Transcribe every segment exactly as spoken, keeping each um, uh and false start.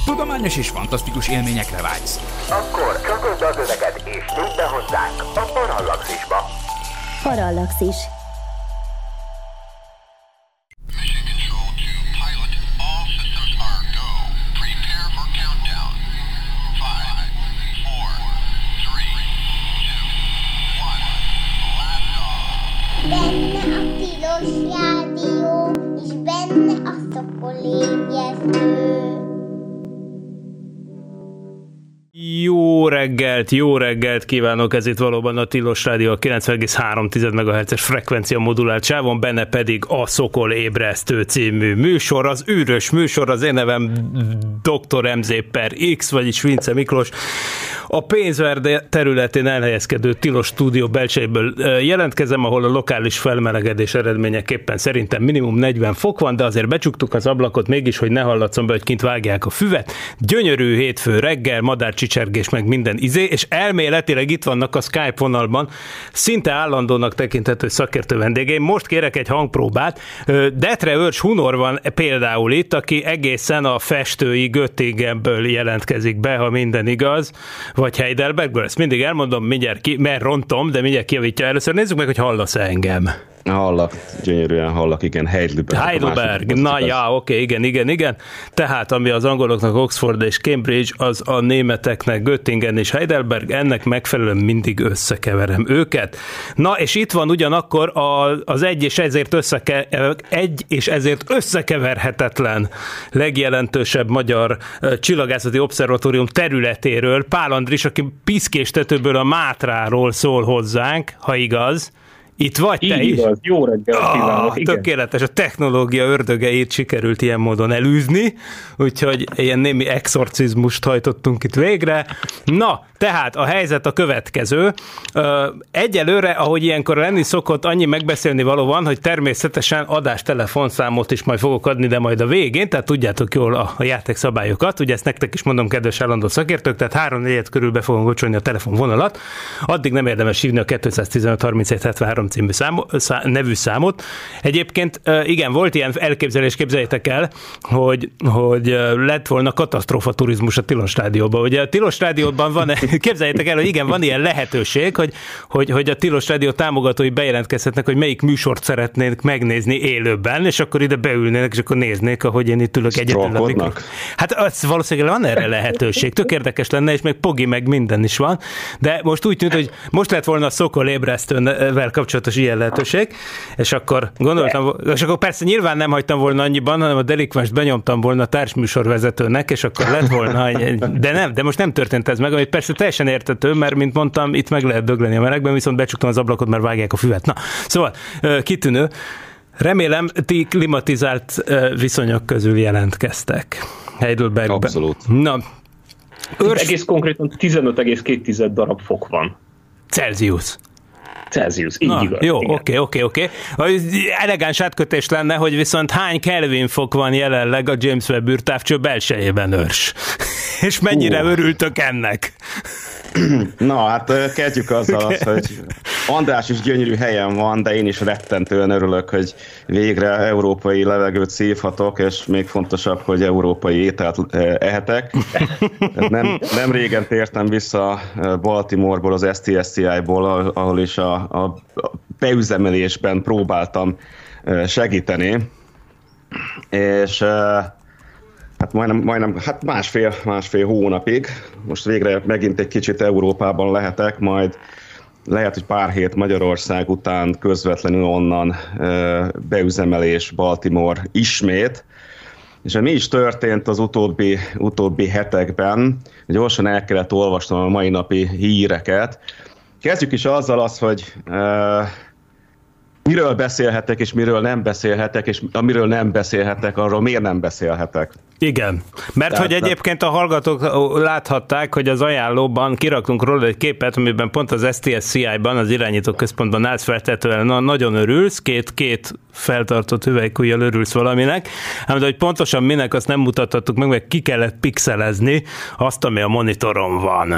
Tudományos és fantasztikus élményekre vágysz? Akkor csatold az öveket és nyújt be hozzánk a Parallaxisba. Parallaxis. Benne a tilos rádió, és benne a szokolébresztő. Jó reggelt, jó reggelt kívánok, ez itt valóban a Tilos Rádió, a kilencven egész három megahertzes frekvencia modulált sávon, benne pedig a Szokol Ébresztő című műsor, az űrös műsor, az én nevem doktor em zé per X, vagyis Vince Miklós. A Pénzverde területén elhelyezkedő Tilos stúdió belsejéből jelentkezem, ahol a lokális felmelegedés eredményeképpen szerintem minimum negyven fok van, de azért becsuktuk az ablakot mégis, hogy ne hallatszon be, hogy kint vágják a füvet. Gyönyörű hétfő reggel, madárcsicsergés meg minden izé, és elméletileg itt vannak a Skype vonalban szinte állandónak tekinthető szakértő vendégeim. Most kérek egy hangpróbát. Detre Őrs Hunor van például itt, aki egészen a festői Göttingenből jelentkezik be, ha minden igaz, vagy Heidelbergből, ezt mindig elmondom, mindjárt ki, mert rontom, de mindjárt kijavítja. Először nézzük meg, hogy hallasz engem. Hallak, gyönyörűen hallak, igen, Heidelberg. Heidelberg, na ja, oké, okay, igen, igen, igen. Tehát, ami az angoloknak Oxford és Cambridge, az a németeknek Göttingen és Heidelberg, ennek megfelelően mindig összekeverem őket. Na, és itt van ugyanakkor az egy és ezért, összeke, egy és ezért összekeverhetetlen legjelentősebb magyar csillagászati obszervatórium területéről Pál Andris, aki piszkéstetőből a Mátráról szól hozzánk, ha igaz. Itt vagy te így is? Igaz, jó reggel kívánok. Oh, tökéletes, a technológia ördögeit sikerült ilyen módon elűzni, úgyhogy ilyen némi exorcizmust hajtottunk itt végre. Na, tehát a helyzet a következő. Egyelőre, ahogy ilyenkor lenni szokott, annyi megbeszélni való van, hogy természetesen adás telefonszámot is majd fogok adni, de majd a végén, tehát tudjátok jól a, a játékszabályokat, ugye ezt nektek is mondom, kedves állandó szakértők, tehát három-négyet körül be fogom kocsolni a telefonvonalat, addig nem érdemes hívni a kétszáztizenöt harminchét hetvenhárom című számot, szá, nevű számot. Egyébként igen, volt ilyen elképzelés, képzeljétek el, hogy, hogy lett volna katasztrófa turizmus a Tilos Rádióban. Ugye a Tilos Rádióban van, képzeljétek el, hogy igen, van ilyen lehetőség, hogy, hogy, hogy a Tilos Rádió támogatói bejelentkezhetnek, hogy melyik műsort szeretnének megnézni élőben, és akkor ide beülnének, és akkor néznék, ahogy én itt ülök egyetlen. Hát az valószínűleg van erre lehetőség. Tök érdekes lenne, és meg pogi, meg minden is van. De most úgy tűnt, hogy most lett volna a Szokol Ébresztővel kapcsolatos ilyen lehetőség, és akkor gondoltam, és akkor persze nyilván nem hagytam volna annyiban, hanem a delikvenst benyomtam volna a társműsorvezetőnek, és akkor lett volna, de nem, de most nem történt ez meg, amit persze teljesen értető, mert mint mondtam, itt meg lehet dögleni a melegben, viszont becsuktam az ablakot, mert vágják a füvet. Na, szóval kitűnő. Remélem, ti klimatizált viszonyok közül jelentkeztek Heidelbergben. Abszolút. Na, őrs... Egész konkrétan tizenöt egész két darab fok van. Celsius. Celsius, így Na, igaz. Jó, oké, oké, oké. Elegáns átkötés lenne, hogy viszont hány Kelvin fok van jelenleg a James Webb űrtávcső belsejében, Őrs? És mennyire uh. örültök ennek? Na, hát kezdjük azzal, az, hogy András is gyönyörű helyen van, de én is rettentően örülök, hogy végre európai levegőt szívhatok, és még fontosabb, hogy európai ételt ehetek. Nem, nem régen tértem vissza Baltimoreból, az es té es cé i-ból, ahol is a, a beüzemelésben próbáltam segíteni, és hát majdnem, majdnem hát másfél, másfél hónapig. Most végre megint egy kicsit Európában lehetek, majd lehet, hogy pár hét Magyarország után közvetlenül onnan beüzemelés Baltimore ismét. És mi is történt az utóbbi, utóbbi hetekben, gyorsan el kellett olvasnom a mai napi híreket. Kezdjük is azzal az, hogy miről beszélhetek, és miről nem beszélhetek, és amiről nem beszélhetek, arról miért nem beszélhetek. Igen, mert Tehát, hogy egyébként a hallgatók láthatták, hogy az ajánlóban kiraktunk róla egy képet, amiben pont az es té es cé i-ban, az irányító központban állsz feltetően, na, nagyon örülsz, két, két feltartott hüvelykujjal örülsz valaminek, ám de hogy pontosan minek, azt nem mutathattuk meg, meg ki kellett pixelezni azt, ami a monitoron van.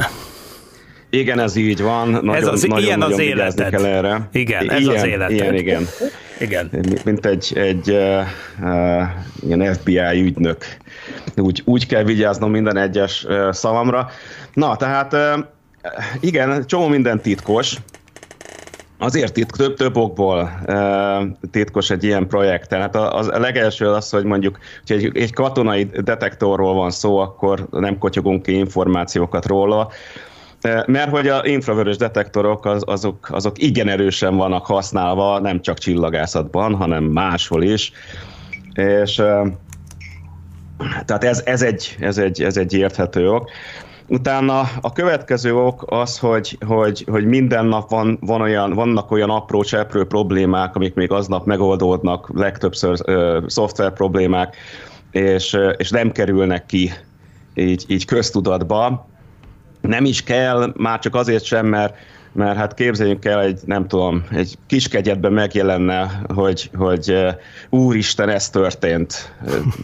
Igen, ez így van. Nagyon, ez az, nagyon, ilyen nagyon az életed. Kell erre. Igen, ez ilyen, az életed. Igen, igen. Igen. Mint egy, egy uh, uh, ilyen ef bé i ügynök. Úgy, úgy kell vigyáznom minden egyes uh, szavamra. Na, tehát uh, igen, csomó minden titkos. Azért titk, több, több okból uh, titkos egy ilyen projekt. Tehát az, a legelső az, hogy mondjuk, hogy egy, egy katonai detektorról van szó, akkor nem kotyogunk ki információkat róla, uh, mert hogy az infravörös detektorok az, azok, azok igen erősen vannak használva, nem csak csillagászatban, hanem máshol is. És uh, tehát ez, ez, egy, ez, egy, ez egy érthető ok. Utána a következő ok az, hogy, hogy, hogy minden nap van, van olyan, vannak olyan apró cseprő problémák, amik még aznap megoldódnak, legtöbbször ö, szoftver problémák, és, és nem kerülnek ki így, így köztudatba. Nem is kell, már csak azért sem, mert, mert hát képzeljünk el egy, nem tudom, egy kiskegyedben megjelenne, hogy, hogy úristen, ez történt.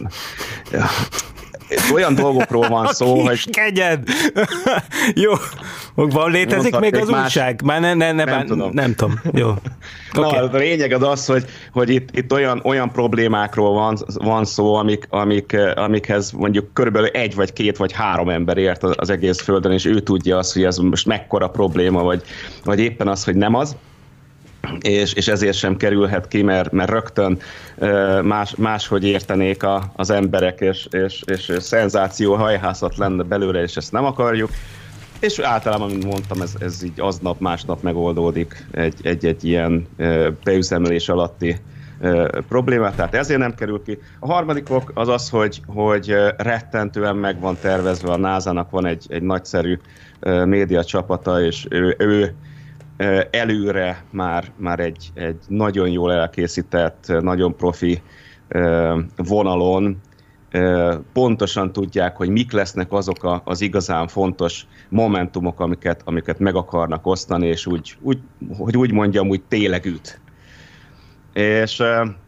Olyan dolgokról van szó, a hogy... kegyed! Jó, van létezik még az más... újság? Már ne, ne, ne, nem, bár... tudom. nem tudom. Jó. Na, okay. A lényeg az az, hogy, hogy itt, itt olyan, olyan problémákról van, van szó, amik, amik, amikhez mondjuk körülbelül egy, vagy két, vagy három ember ért az egész Földön, és ő tudja azt, hogy ez most mekkora probléma, vagy, vagy éppen az, hogy nem az. És, és ezért sem kerülhet ki, mert, mert rögtön más, máshogy értenék a, az emberek, és, és, és szenzáció hajhászat lenne belőle, és ezt nem akarjuk. És általában, mint mondtam, ez, ez így aznap, másnap megoldódik egy-egy ilyen beüzemelés alatti problémát, tehát ezért nem kerül ki. A harmadik ok az az, hogy, hogy rettentően meg van tervezve, a nászának van egy, egy nagyszerű média csapata, és ő, ő előre már, már egy, egy nagyon jól elkészített, nagyon profi vonalon pontosan tudják, hogy mik lesznek azok a, az igazán fontos momentumok, amiket, amiket meg akarnak osztani, és úgy, úgy, hogy úgy mondjam, úgy tényleg üt. És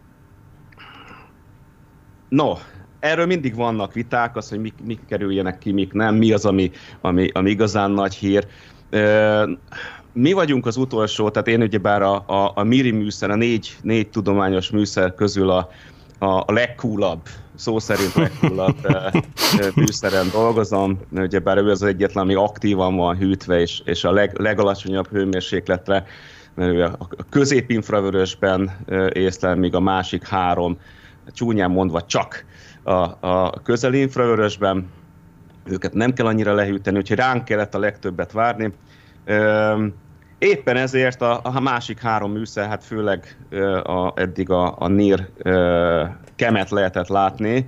no, erről mindig vannak viták, az, hogy mik, mik kerüljenek ki, mik nem, mi az, ami, ami, ami igazán nagy hír. Mi vagyunk az utolsó, tehát én ugyebár a, a, a MIRI műszer, a négy, négy tudományos műszer közül a, a, a legcoolabb, szó szerint legcoolabb műszeren dolgozom. Ugyebár ő az egyetlen, ami aktívan van hűtve, és, és a leg, legalacsonyabb hőmérsékletre, mert ő a középinfravörösben észlel, míg a másik három, csúnyán mondva csak a, a közeli infravörösben. Őket nem kell annyira lehűteni, úgyhogy ránk kellett a legtöbbet várni. Éppen ezért a, a másik három műszer, hát főleg a, eddig a, a NIR kemet lehetett látni,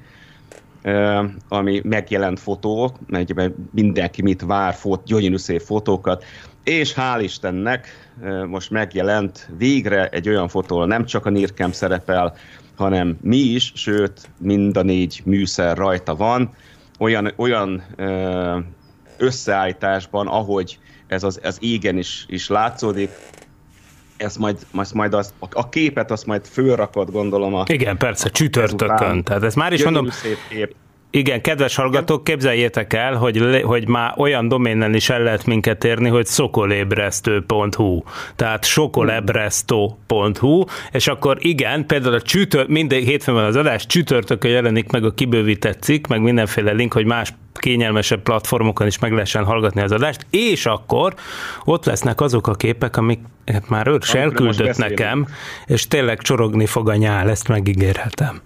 ami megjelent fotók, mert mindenki mit vár, fot, gyönyörű szép fotókat, és hál' Istennek most megjelent végre egy olyan fotó, nem csak a NIRCam szerepel, hanem mi is, sőt mind a négy műszer rajta van, olyan, olyan összeállításban, ahogy ez az, az égen is, is látszódik. Ez majd, majd, majd az, a képet azt majd fölrakod, gondolom. A, igen, persze, csütörtökön. Tehát ez már is mondom, igen, kedves hallgatók, képzeljétek el, hogy, hogy már olyan doménnen is el lehet minket érni, hogy szokolébresztő pont hu. Tehát sokolebresztó pont hu, és akkor igen, például a csütört, minden hétfőn van az adás, csütörtökön jelenik meg a kibővített cikk, meg mindenféle link, hogy más kényelmesebb platformokon is meg lehessen hallgatni az adást, és akkor ott lesznek azok a képek, amiket már őrs elküldött nekem, és tényleg csorogni fog a nyál, ezt megígérhetem.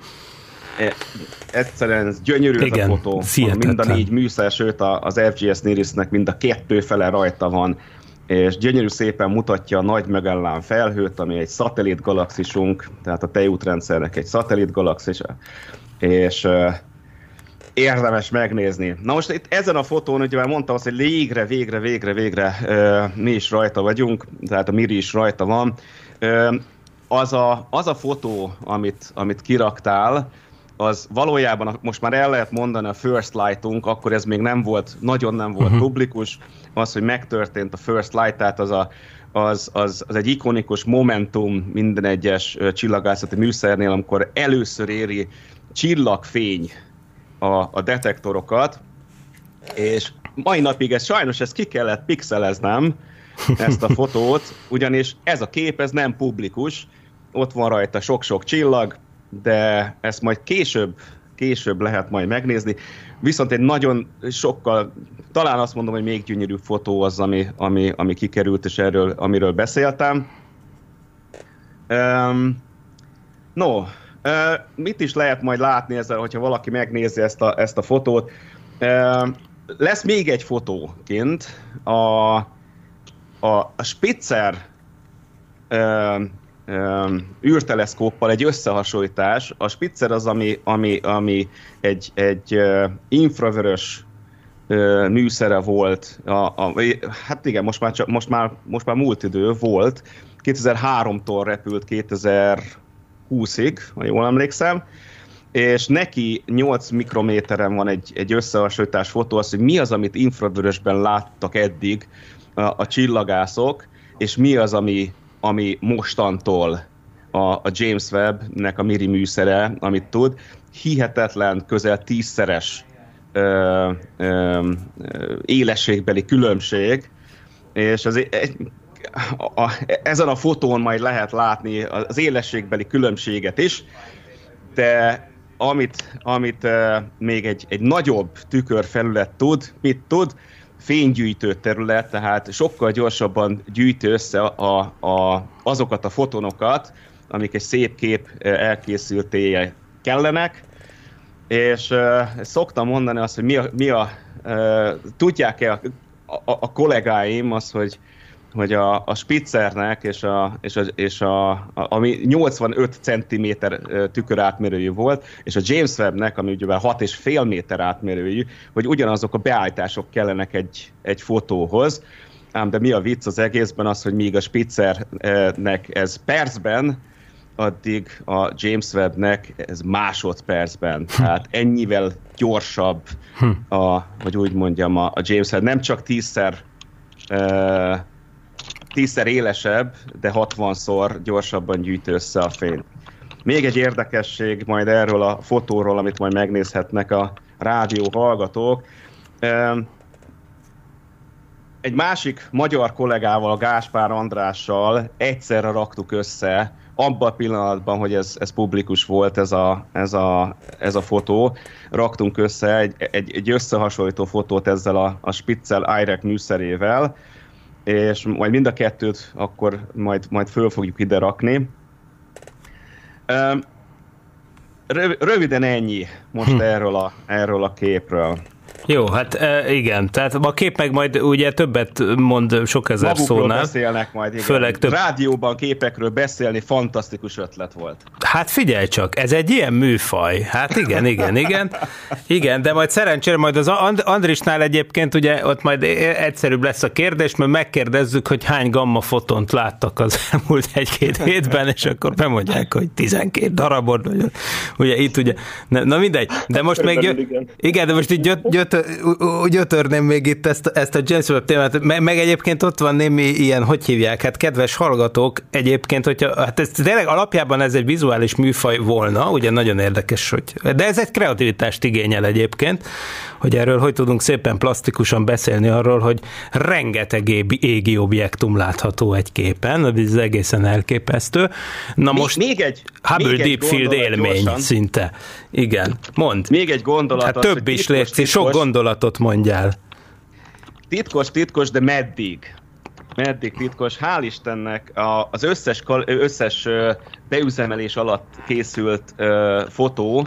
Egyszerűen gyönyörű ez a fotó. Mind a négy műszer, sőt az ef gé es Nirisnek mind a kettő fele rajta van, és gyönyörű szépen mutatja a Nagy Magellán felhőt, ami egy szatellitgalaxisunk, tehát a Tejútrendszernek egy szatellitgalaxisa, és uh, érdemes megnézni. Na most itt ezen a fotón, ugye már mondtam azt, hogy végre, végre, végre, végre uh, mi is rajta vagyunk, tehát a MIRI is rajta van. Uh, az, a, az a fotó, amit, amit kiraktál, az valójában most már el lehet mondani a First Light-unk, akkor ez még nem volt, nagyon nem volt uh-huh. publikus, az, hogy megtörtént a First Light, tehát az, a, az, az, az egy ikonikus momentum minden egyes csillagászati műszernél, amikor először éri csillagfény a, a detektorokat, és mai napig ez sajnos ezt ki kellett pixeleznem, ezt a fotót, ugyanis ez a kép, ez nem publikus, ott van rajta sok-sok csillag, de ezt majd később, később lehet majd megnézni. Viszont egy nagyon sokkal, talán azt mondom, hogy még gyönyörűbb fotó az, ami, ami, ami kikerült, és erről, amiről beszéltem. Um, no, uh, mit is lehet majd látni ezzel, hogyha valaki megnézi ezt a, ezt a fotót? Uh, lesz még egy fotó kint, a, a, a Spitzer uh, um, űrteleszkóppal egy összehasonlítás. A Spitzer az, ami, ami, ami egy, egy uh, infravörös uh, műszere volt. A, a, hát igen, most már, csak, most, már, most már múlt idő volt. kétezer-háromtól repült kétezer-húszig, ha jól emlékszem, és neki nyolc mikrométeren van egy, egy összehasonlítás fotó, az, hogy mi az, amit infravörösben láttak eddig a, a csillagászok, és mi az, ami, ami mostantól a, a James Webb-nek a Miri műszere, amit tud. Hihetetlen, közel tízszeres ö, ö, ö, élességbeli különbség, és az egy, A, a, ezen a fotón majd lehet látni az élességbeli különbséget is, de amit, amit uh, még egy, egy nagyobb tükörfelület tud, mit tud? Fénygyűjtő terület, tehát sokkal gyorsabban gyűjti össze a, a, azokat a fotonokat, amik egy szép kép elkészültéje kellenek, és uh, szoktam mondani azt, hogy mi a, mi a uh, tudják-e a, a, a kollégáim azt, hogy hogy a, a Spitzernek és a, és a, és a, a ami nyolcvanöt centiméter tükör átmérőjű volt, és a James Webb-nek, ami ugye hat és fél méter átmérőjű, hogy ugyanazok a beállítások kellenek egy, egy fotóhoz. Ám de mi a vicc az egészben az, hogy míg a Spitzernek ez percben, addig a James Webb-nek ez másodpercben. Tehát ennyivel gyorsabb, a, hogy úgy mondjam, a, a James Webb. Nem csak tízszer uh, tízszer élesebb, de hatvanszor gyorsabban gyűjti össze a fényt. Még egy érdekesség majd erről a fotóról, amit majd megnézhetnek a rádió hallgatók. Egy másik magyar kollégával, a Gáspár Andrással egyszerre raktuk össze, abban a pillanatban, hogy ez, ez publikus volt, ez a, ez, a, ez a fotó, raktunk össze egy, egy, egy összehasonlító fotót ezzel a, a Spitzer I R E C műszerével, és majd mind a kettőt akkor majd, majd föl fogjuk ide rakni. Röviden ennyi most hm. erről, a, erről a képről. Jó, hát igen, tehát a kép meg majd ugye többet mond sok ezer Magukról szónál. beszélnek majd, igen. Főleg több... Rádióban képekről beszélni fantasztikus ötlet volt. Hát figyelj csak, ez egy ilyen műfaj. Hát igen, igen, igen. Igen, de majd szerencsére majd az And- Andrisnál egyébként ugye ott majd egyszerűbb lesz a kérdés, mert megkérdezzük, hogy hány gamma fotont láttak az elmúlt egy-két hétben, és akkor bemondják, hogy tizenkét darabot, vagy ugye itt ugye, na mindegy, de most még jö... igen, de most így jött, jött úgy ötörném még itt ezt, ezt a James Webb témát, meg, meg egyébként ott van némi ilyen, hogy hívják, hát kedves hallgatók, egyébként, hogyha, hát ez tényleg alapjában ez egy vizuális műfaj volna, ugye nagyon érdekes, hogy, de ez egy kreativitást igényel egyébként, hogy erről hogy tudunk szépen plastikusan beszélni arról, hogy rengeteg égi objektum látható egy képen, ez egészen elképesztő. Na még, most még egy, Hubble még Deep egy Field élmény gyorsan. Szinte. Igen, mondd. Még egy gondolat. Hát az, több is titkos, létszik, titkos, sok gondolatot mondjál. Titkos, titkos, de meddig? Meddig titkos? Hál' Istennek az összes, összes beüzemelés alatt készült fotó,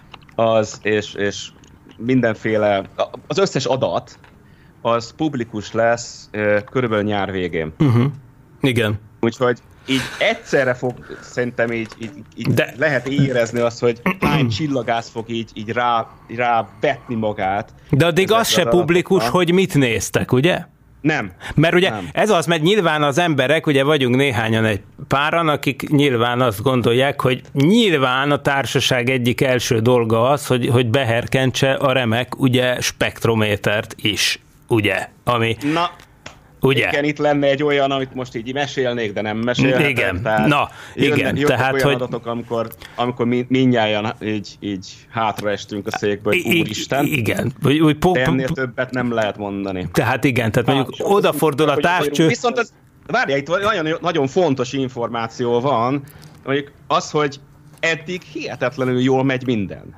az, és, és mindenféle, az összes adat, az publikus lesz körülbelül nyár végén. Uh-huh. Igen. Úgyhogy így egyszerre fog, szerintem így, így, így de... lehet érezni azt, hogy hány csillagász fog így, így rá, rá vetni magát. De addig az se publikus, hogy mit néztek, ugye? Nem. Mert ugye nem. ez az, mert nyilván az emberek, ugye vagyunk néhányan egy páran, akik nyilván azt gondolják, hogy nyilván a társaság egyik első dolga az, hogy, hogy beherkentse a remek, ugye, spektrométert is, ugye, ami... Na, ugye? Igen, itt lenne egy olyan, amit most így mesélnék, de nem mesélhetem. Igen, tehát na, igen. Jönnek tehát, olyan hogy... adatok, amikor, amikor mi, mindnyájan így, így hátraestünk a székből, hogy I- úristen. Igen. Úgy, úgy po- de ennél többet nem lehet mondani. Tehát igen, tehát mondjuk hát, odafordul a távcső... Viszont ez, várjál, itt nagyon, nagyon fontos információ van. mondjuk az, hogy eddig hihetetlenül jól megy minden.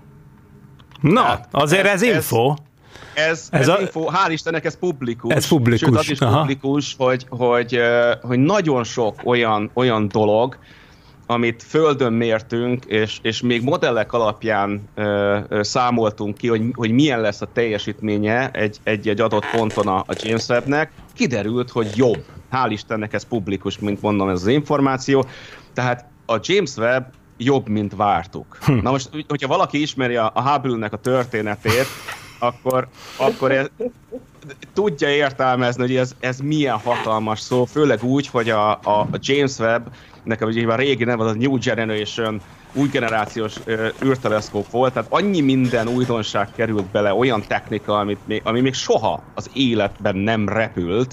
Na, hát azért ez, ez info. Ez, ez, ez, ez a... info, hál' Istennek ez publikus. Ez publikus. Sőt, az is Aha. publikus, hogy, hogy, hogy nagyon sok olyan, olyan dolog, amit földön mértünk, és, és még modellek alapján ö, ö, számoltunk ki, hogy, hogy milyen lesz a teljesítménye egy, egy, egy adott ponton a, a James Webb-nek, kiderült, hogy jobb. Hál' Istennek ez publikus, mint mondom, ez az információ. Tehát a James Webb jobb, mint vártuk. Hm. Na most, hogyha valaki ismeri a, a Hubble-nek a történetét, akkor, akkor ez, tudja értelmezni, hogy ez, ez milyen hatalmas szó, főleg úgy, hogy a, a James Webb, nekem ugye a régi neve az a New Generation, új generációs uh, űrteleszkóp volt, tehát annyi minden újdonság került bele, olyan technika, amit még, ami még soha az életben nem repült,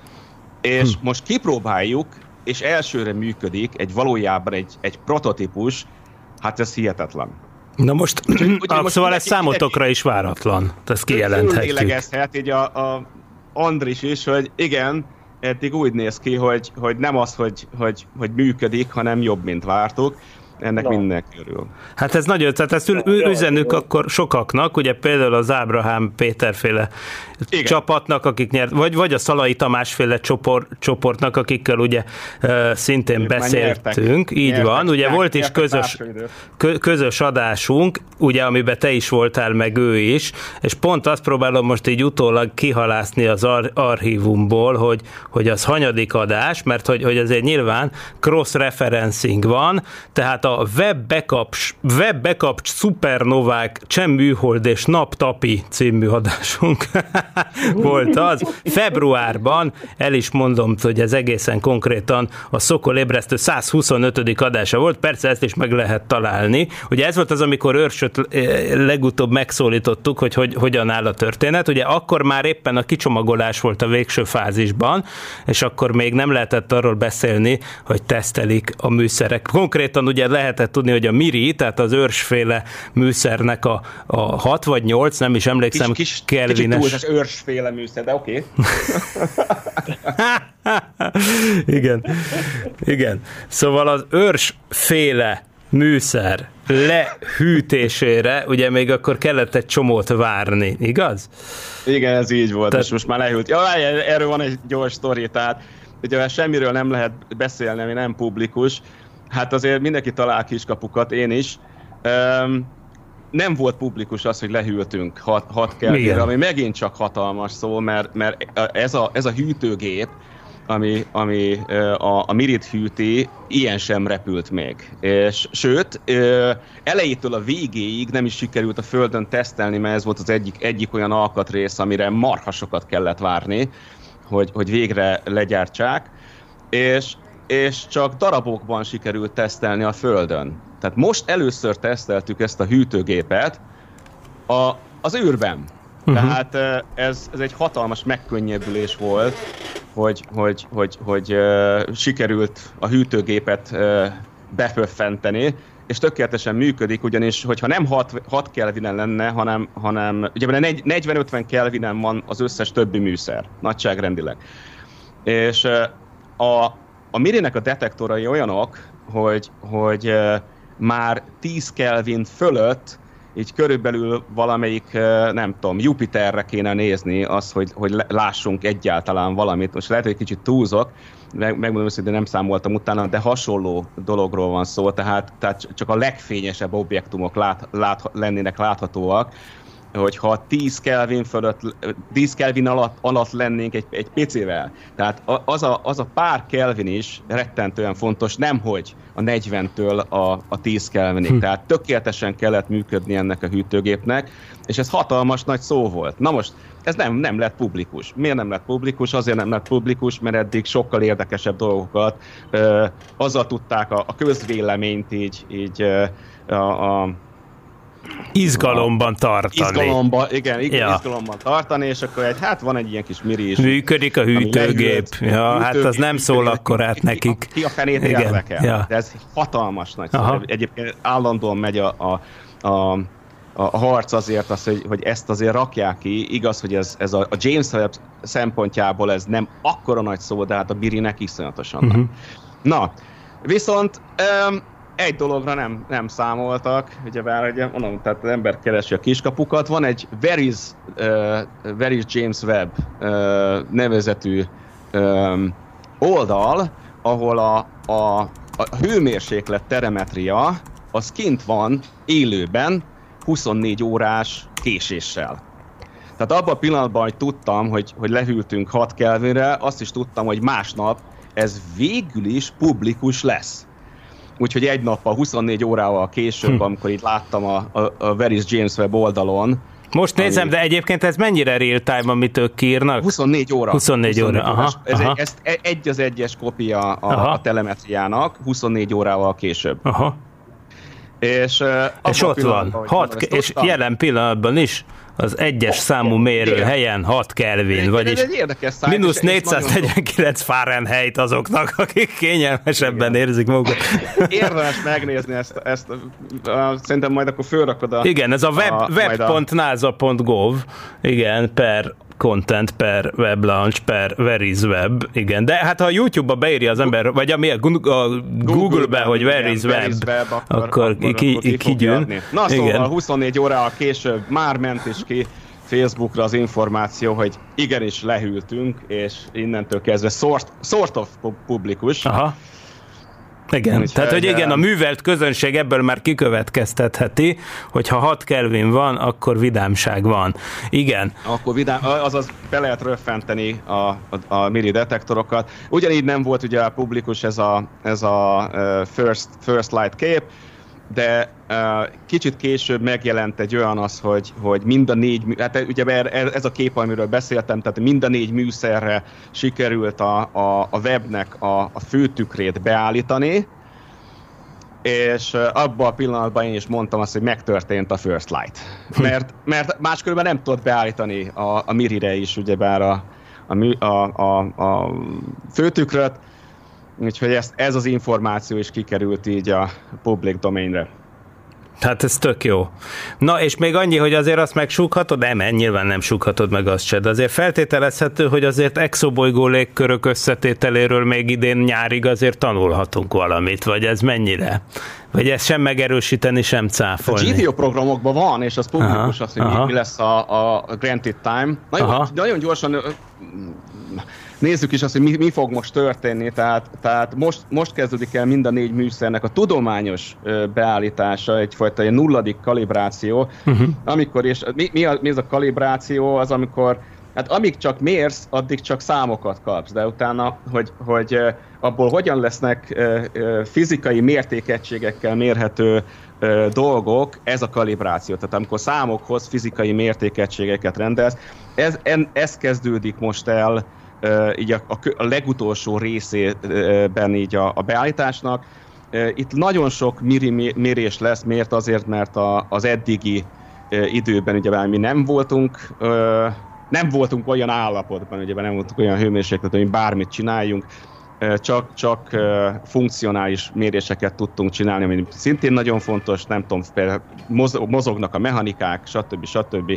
és hm. most kipróbáljuk, és elsőre működik, egy valójában egy, egy prototípus, hát ez hihetetlen. Na most, úgy, úgy, ah, most szóval ez számotokra is váratlan, ezt kijelenthetjük. Lélegezhet így a, a Andris is, hogy igen, eddig úgy néz ki, hogy, hogy nem az, hogy, hogy, hogy működik, hanem jobb, mint vártuk. Ennek no. mindenki örül. Hát ez nagyon, tehát ezt üzenünk no. akkor sokaknak, ugye például az Ábrahám Péterféle Igen. csapatnak, akik nyert, vagy, vagy a Szalai Tamásféle csoport, csoportnak, akikkel ugye uh, szintén ők beszéltünk. Így nyertek, van, ugye nyertek, volt is közös, kö, közös adásunk, ugye amiben te is voltál, meg ő is, és pont azt próbálom most így utólag kihalászni az ar- archívumból, hogy, hogy az hanyadik adás, mert hogy, hogy azért nyilván cross-referencing van, tehát a a Webb Backup, Webb Backup Supernovák Csemműhold és Naptapi című adásunk volt az. Februárban, el is mondom, hogy ez egészen konkrétan a Szokol ébresztő száz huszonötödik adása volt, persze ezt is meg lehet találni. Ugye ez volt az, amikor Őrsöt legutóbb megszólítottuk, hogy, hogy hogyan áll a történet. Ugye akkor már éppen a kicsomagolás volt a végső fázisban, és akkor még nem lehetett arról beszélni, hogy tesztelik a műszerek. Konkrétan ugye lehetett tudni, hogy a Miri, tehát az őrsféle műszernek a, a hat vagy nyolc, nem is emlékszem, kis, kis, kelvines. Kicsit túlzás őrsféle műszer, de oké. Okay. Igen. Igen. Szóval az őrsféle műszer lehűtésére, ugye még akkor kellett egy csomót várni, igaz? Igen, ez így volt, Te... és most már lehűlt. Ja, erről van egy gyors sztori, tehát ugye semmiről nem lehet beszélni, ami nem publikus. Hát azért mindenki talál kiskapukat, én is. Um, nem volt publikus az, hogy lehűltünk hat Kelvinre, ami megint csak hatalmas szó, mert, mert ez, a, ez a hűtőgép, ami, ami a, a Mirit hűti, ilyen sem repült még. És, sőt, elejétől a végéig nem is sikerült a Földön tesztelni, mert ez volt az egyik, egyik olyan alkatrész, amire marhasokat kellett várni, hogy, hogy végre legyártsák. És és csak darabokban sikerült tesztelni a Földön. Tehát most először teszteltük ezt a hűtőgépet a, az űrben. Uh-huh. Tehát ez, ez egy hatalmas megkönnyebbülés volt, hogy, hogy, hogy, hogy uh, sikerült a hűtőgépet uh, beföffenteni, és tökéletesen működik, ugyanis, hogyha nem hat Kelvinen lenne, hanem, hanem ugye negyven-ötven Kelvinen van az összes többi műszer, nagyságrendileg. És uh, a A Mirinek a detektorai olyanok, hogy, hogy uh, már tíz Kelvin fölött így körülbelül valamelyik, uh, nem tudom, Jupiterre kéne nézni az, hogy, hogy lássunk egyáltalán valamit. Most lehet, hogy kicsit túlzok, meg, megmondom hogy nem számoltam utána, de hasonló dologról van szó, tehát, tehát csak a legfényesebb objektumok lát, lát, lennének láthatóak, hogyha tíz Kelvin fölött, tíz Kelvin alatt, alatt lennénk egy, egy picivel. Tehát az a, az a pár Kelvin is rettentően fontos, nemhogy a negyventől a, a tíz Kelvinig. Hm. Tehát tökéletesen kellett működni ennek a hűtőgépnek, és ez hatalmas nagy szó volt. Na most, ez nem, nem lett publikus. Miért nem lett publikus? Azért nem lett publikus, mert eddig sokkal érdekesebb dolgokat ö, azzal tudták a, a közvéleményt így, így ö, a, a izgalomban tartani. Izgalomban, igen, igen ja. izgalomban tartani, és akkor egy, hát van egy ilyen kis Miri is. Működik a hűtőgép. Ja, hűtőgép, hát az nem szól akkor át nekik. Ki a fenét érdekel. Ja. De ez hatalmas nagy szó. Egyébként állandóan megy a, a, a, a harc azért, az, hogy, hogy ezt azért rakják ki. Igaz, hogy ez, ez a, a James Webb szempontjából ez nem akkora nagy szó, de hát a Mirinek iszonyatosan. Uh-huh. Na, viszont um, egy dologra nem, nem számoltak, ugyebár, ugye, mondom, tehát az ember keresi a kiskapukat. Van egy Where is, uh, Where is James Webb uh, nevezetű um, oldal, ahol a, a, a hőmérséklet telemetria az kint van élőben huszonnégy órás késéssel. Tehát abban a pillanatban, hogy tudtam, hogy, hogy lehűltünk hat Kelvinre, azt is tudtam, hogy másnap ez végül is publikus lesz. Úgyhogy egy nappal, huszonnégy órával később, hm. amikor itt láttam a, a, a Where is James Webb oldalon. Most nézem, ami... de egyébként ez mennyire real time, amit ők kiírnak? huszonnégy óra. huszonnégy óra, aha. Ez aha. Egy, ez egy az egyes kopia a, a telemetriának, huszonnégy órával később. Aha. És, és ott van, hat, és tudtam. Jelen pillanatban is az egyes számú mérő igen. helyen hat Kelvin, vagyis mínusz négyszáznegyvenkilenc Fahrenheit azoknak, akik kényelmesebben igen. érzik magukat. Érdemes megnézni ezt, ezt uh, szerintem majd akkor fölrakod a... Igen, ez a web, web pont nasa pont gov, igen, per content, per web launch, per where is web, igen, de hát ha a YouTube-ba beírja az ember, vagy ami a Google-be, hogy where igen, is web, web akkor, akkor, akkor ki, ki, kigyűn. Na igen. Szóval huszonnégy órával később már ment is ki Facebookra az információ, hogy igenis lehűltünk, és innentől kezdve sort, sort of publikus. Aha. Igen, úgy tehát hogy igen, a művelt közönség ebből már kikövetkeztetheti, hogy ha hat Kelvin van, akkor vidámság van. Igen. Akkor vidám, azaz be lehet röffenteni a, a, a miri detektorokat. Ugyanígy nem volt ugye publikus ez a, ez a first, first light kép, de uh, kicsit később megjelent egy olyan az, hogy, hogy mind a négy, hát ugye ez a kép, amiről beszéltem, tehát mind a négy műszerre sikerült a, a, a webnek a, a főtükrét beállítani, és abban a pillanatban én is mondtam azt, hogy megtörtént a first light. Mert, mert máskülönben nem tudott beállítani a, a mirire is, ugyebár a, a, a, a, a főtükröt, úgyhogy ez, ez az információ is kikerült így a public domainre. Hát ez tök jó. Na, és még annyi, hogy azért azt megsúghatod, nem, nyilván nem súghatod meg azt se, de azért feltételezhető, hogy azért exobolygó légkörök összetételéről még idén nyárig azért tanulhatunk valamit, vagy ez mennyire? Vagy ezt sem megerősíteni, sem cáfolni. A gé té o programokban van, és az publikus az, hogy mi, mi lesz a, a granted time. Nagyon, nagyon gyorsan nézzük is azt, hogy mi, mi fog most történni. Tehát, tehát most, most kezdődik el mind a négy műszernek a tudományos beállítása, egyfajta egy nulladik kalibráció, uh-huh. amikor, és mi, mi, a, mi ez a kalibráció? Az, amikor hát amíg csak mérsz, addig csak számokat kapsz, de utána, hogy, hogy abból hogyan lesznek fizikai mértékegységekkel mérhető dolgok, ez a kalibráció. Tehát amikor számokhoz fizikai mértékegységeket rendelsz, ez, ez kezdődik most el így a, a legutolsó részében így a, a beállításnak. Itt nagyon sok miri mérés lesz, miért? Azért, mert a, az eddigi időben ugye mi nem voltunk nem voltunk olyan állapotban, ugye nem voltunk olyan hőmérséklet, hogy bármit csináljunk, csak, csak funkcionális méréseket tudtunk csinálni, ami szintén nagyon fontos, nem tudom, például mozognak a mechanikák, stb. stb.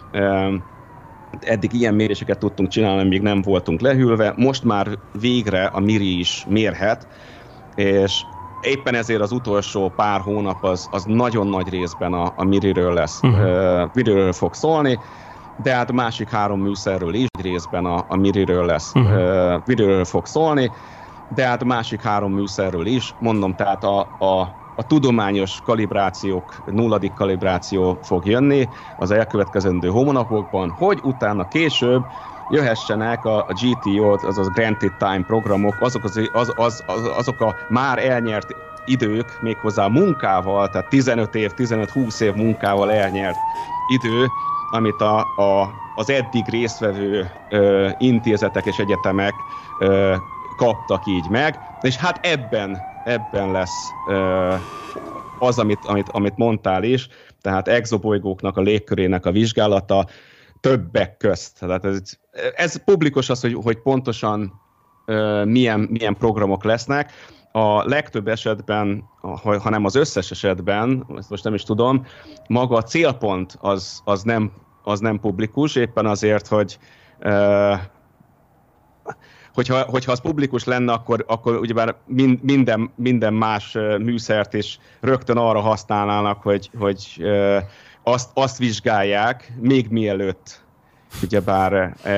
Eddig ilyen méréseket tudtunk csinálni, amíg nem voltunk lehűlve, most már végre a miri is mérhet, és éppen ezért az utolsó pár hónap az, az nagyon nagy részben a, a miriről lesz, uh-huh. miriről fog szólni, de hát a másik három műszerről is részben a, a miriről lesz, uh-huh. uh, miriről fog szólni, de hát a másik három műszerről is, mondom, tehát a, a, a tudományos kalibrációk, nulladik kalibráció fog jönni az elkövetkezendő hónapokban, hogy utána később jöhessenek a, a gé té o, azaz Granted Time programok, azok, az, az, az, az, azok a már elnyert idők, méghozzá munkával, tehát tizenöt év, tizenöt-húsz év munkával elnyert idő, amit a, a, az eddig résztvevő ö, intézetek és egyetemek ö, kaptak így meg, és hát ebben, ebben lesz ö, az, amit, amit, amit mondtál is, tehát exobolygóknak a légkörének a vizsgálata többek közt. Tehát ez, ez publikus az, hogy, hogy pontosan ö, milyen, milyen programok lesznek. A legtöbb esetben, ha nem az összes esetben, ezt most nem is tudom, maga a célpont az, az, nem, az nem publikus, éppen azért, hogy uh, hogyha, hogyha az publikus lenne, akkor, akkor ugyebár minden, minden más műszert is rögtön arra használnának, hogy, hogy azt, azt vizsgálják, még mielőtt ugyebár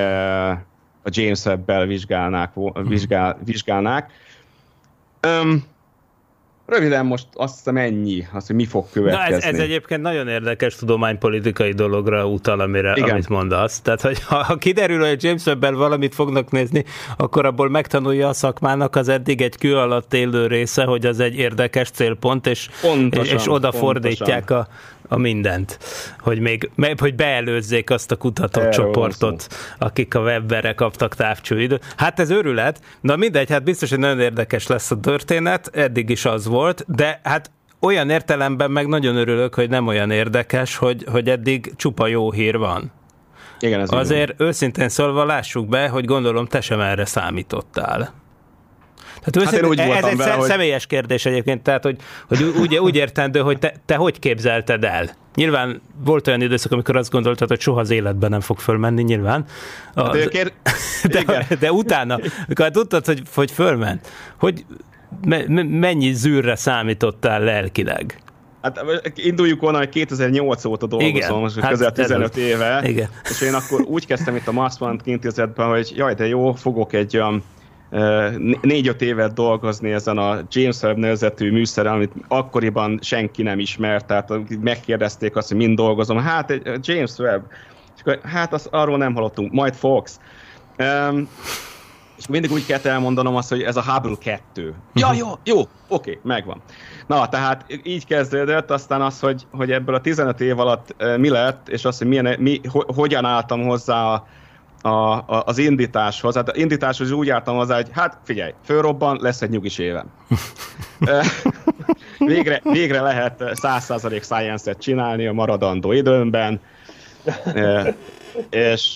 a James Webb-bel vizsgálnák, vizsgál, vizsgálnák. Um, Röviden most azt hiszem ennyi, az, hogy mi fog következni. Na ez, ez egyébként nagyon érdekes tudománypolitikai dologra utal, amire, amit mondasz. Tehát, hogy ha, ha kiderül, hogy James Webb-bel valamit fognak nézni, akkor abból megtanulja a szakmának az eddig egy kő alatt élő része, hogy az egy érdekes célpont, és, pontosan, és oda pontosan. fordítják a, a mindent. Hogy, még, hogy beelőzzék azt a kutatócsoportot, akik a Webberre kaptak távcsőidőt. Hát ez őrület. Na mindegy, hát biztos, hogy nagyon érdekes lesz a történet, eddig is az volt, de hát olyan értelemben meg nagyon örülök, hogy nem olyan érdekes, hogy, hogy eddig csupa jó hír van. Igen, ez azért igen. Őszintén szólva lássuk be, hogy gondolom te sem erre számítottál. Tehát őszintén, hát ez egy vele, személyes hogy... kérdés egyébként, tehát hogy, hogy úgy, úgy értendő, hogy te, te hogy képzelted el? Nyilván volt olyan időszak, amikor azt gondoltad, hogy soha az életben nem fog fölmenni, nyilván. A, de, kér... de, de utána, amikor tudtad, hogy, hogy fölment, hogy me, mennyi zűrre számítottál lelkileg? Hát induljuk onnan, hogy kétezer-nyolc óta dolgozom, most hát közel tizenöt éve, igen. És én akkor úgy kezdtem itt a Mars Planet Intézetben, hogy jaj, de jó, fogok egy olyan négy-öt évet dolgozni ezen a James Webb nevezetű műszerrel, amit akkoriban senki nem ismert, tehát megkérdezték azt, hogy mind dolgozom. Hát egy James Webb, és akkor, hát az, arról nem hallottunk, majd fogsz. Um, és mindig úgy kellett elmondanom azt, hogy ez a Hubble kettő. Ja, jó, jó, oké, megvan. Na, tehát így kezdődött, aztán az, hogy, hogy ebből a tizenöt év alatt mi lett, és az, hogy milyen, mi, hogyan álltam hozzá a A, a, az indításhoz. Hát az indításhoz úgy álltam hozzá, hogy hát figyelj, fölrobban, lesz egy nyugis évem. végre, végre lehet száz százalék science-et csinálni a maradandó időmben, és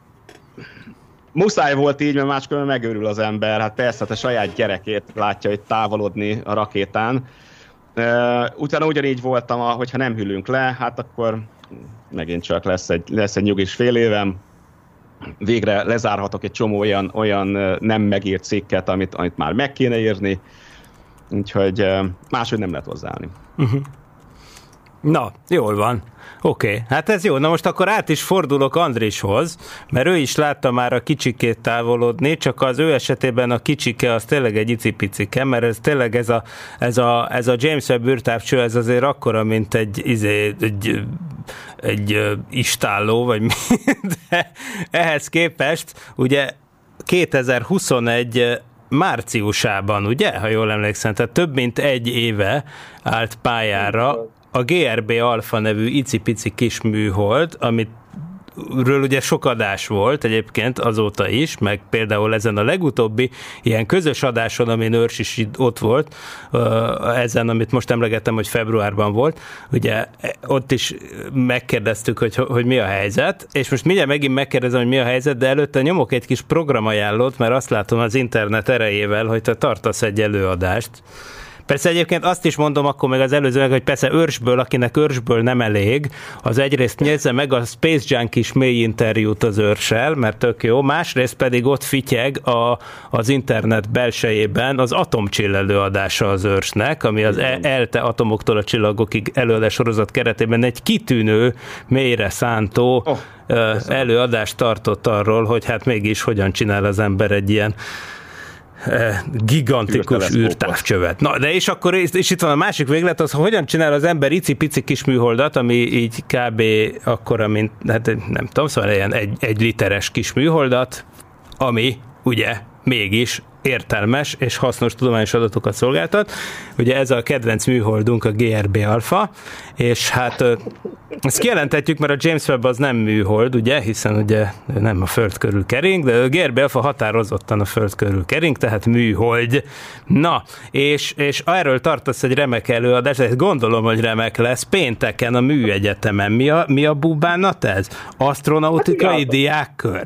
muszáj volt így, mert máskülönben megőrül az ember. Hát persze, hát a saját gyerekét látja, hogy távolodni a rakétán. Utána ugyanígy voltam, hogyha nem hűlünk le, hát akkor megint csak lesz egy, lesz egy nyugis fél évem, végre lezárhatok egy csomó olyan, olyan nem megírt cikket, amit, amit már meg kéne írni, úgyhogy máshogy nem lehet hozzáállni. Uh-huh. Na, jól van. Oké, okay. Hát ez jó. Na most akkor át is fordulok Andrishoz, mert ő is látta már a kicsikét távolodni, csak az ő esetében a kicsike az tényleg egy icipicike, mert ez tényleg ez a, ez a, ez a James Webb űrtávcső, ez azért akkora, mint egy, izé, egy, egy istálló, vagy mi, de ehhez képest ugye kétezer-huszonegy márciusában, ugye, ha jól emlékszem, tehát több mint egy éve állt pályára a gé er bé Alpha nevű icipici kis műhold, amit ről ugye sok adás volt egyébként azóta is, meg például ezen a legutóbbi ilyen közös adáson, amin Őrs is ott volt, ezen, amit most emlegettem, hogy februárban volt, ugye ott is megkérdeztük, hogy, hogy mi a helyzet, és most mindjárt megint megkérdezem, hogy mi a helyzet, de előtte nyomok egy kis programajánlót, mert azt látom az internet erejével, hogy te tartasz egy előadást. Persze egyébként azt is mondom akkor meg az előzőnek, hogy persze Őrsből, akinek Őrsből nem elég, az egyrészt nézze meg a Space Junkies mély interjút az Őrssel, mert tök jó, másrészt pedig ott fityeg a, az internet belsejében az atomcsillelő adása az Őrsnek, ami az ELTE atomoktól a csillagokig előadás sorozat keretében egy kitűnő, mélyre szántó oh, előadást tartott arról, hogy hát mégis hogyan csinál az ember egy ilyen gigantikus űrtávcsövet. Na, de és akkor és itt van a másik véglet, az, hogyan csinál az ember icipici kis műholdat, ami így kb. Akkora, mint, hát nem tudom, szóval ilyen egy, egy literes kis műholdat, ami ugye mégis értelmes és hasznos tudományos adatokat szolgáltat. Ugye ez a kedvenc műholdunk a gé er bé Alpha, és hát ezt kijelentetjük, mert a James Webb az nem műhold, ugye, hiszen ugye nem a Föld körül kering, de a gé er bé Alpha határozottan a Föld körül kering, tehát műhold. Na, és, és erről tartasz egy remek előadást, gondolom, hogy remek lesz, pénteken a Műegyetemen. Mi a, mi a bubánat ez? Asztronautikai diákkör?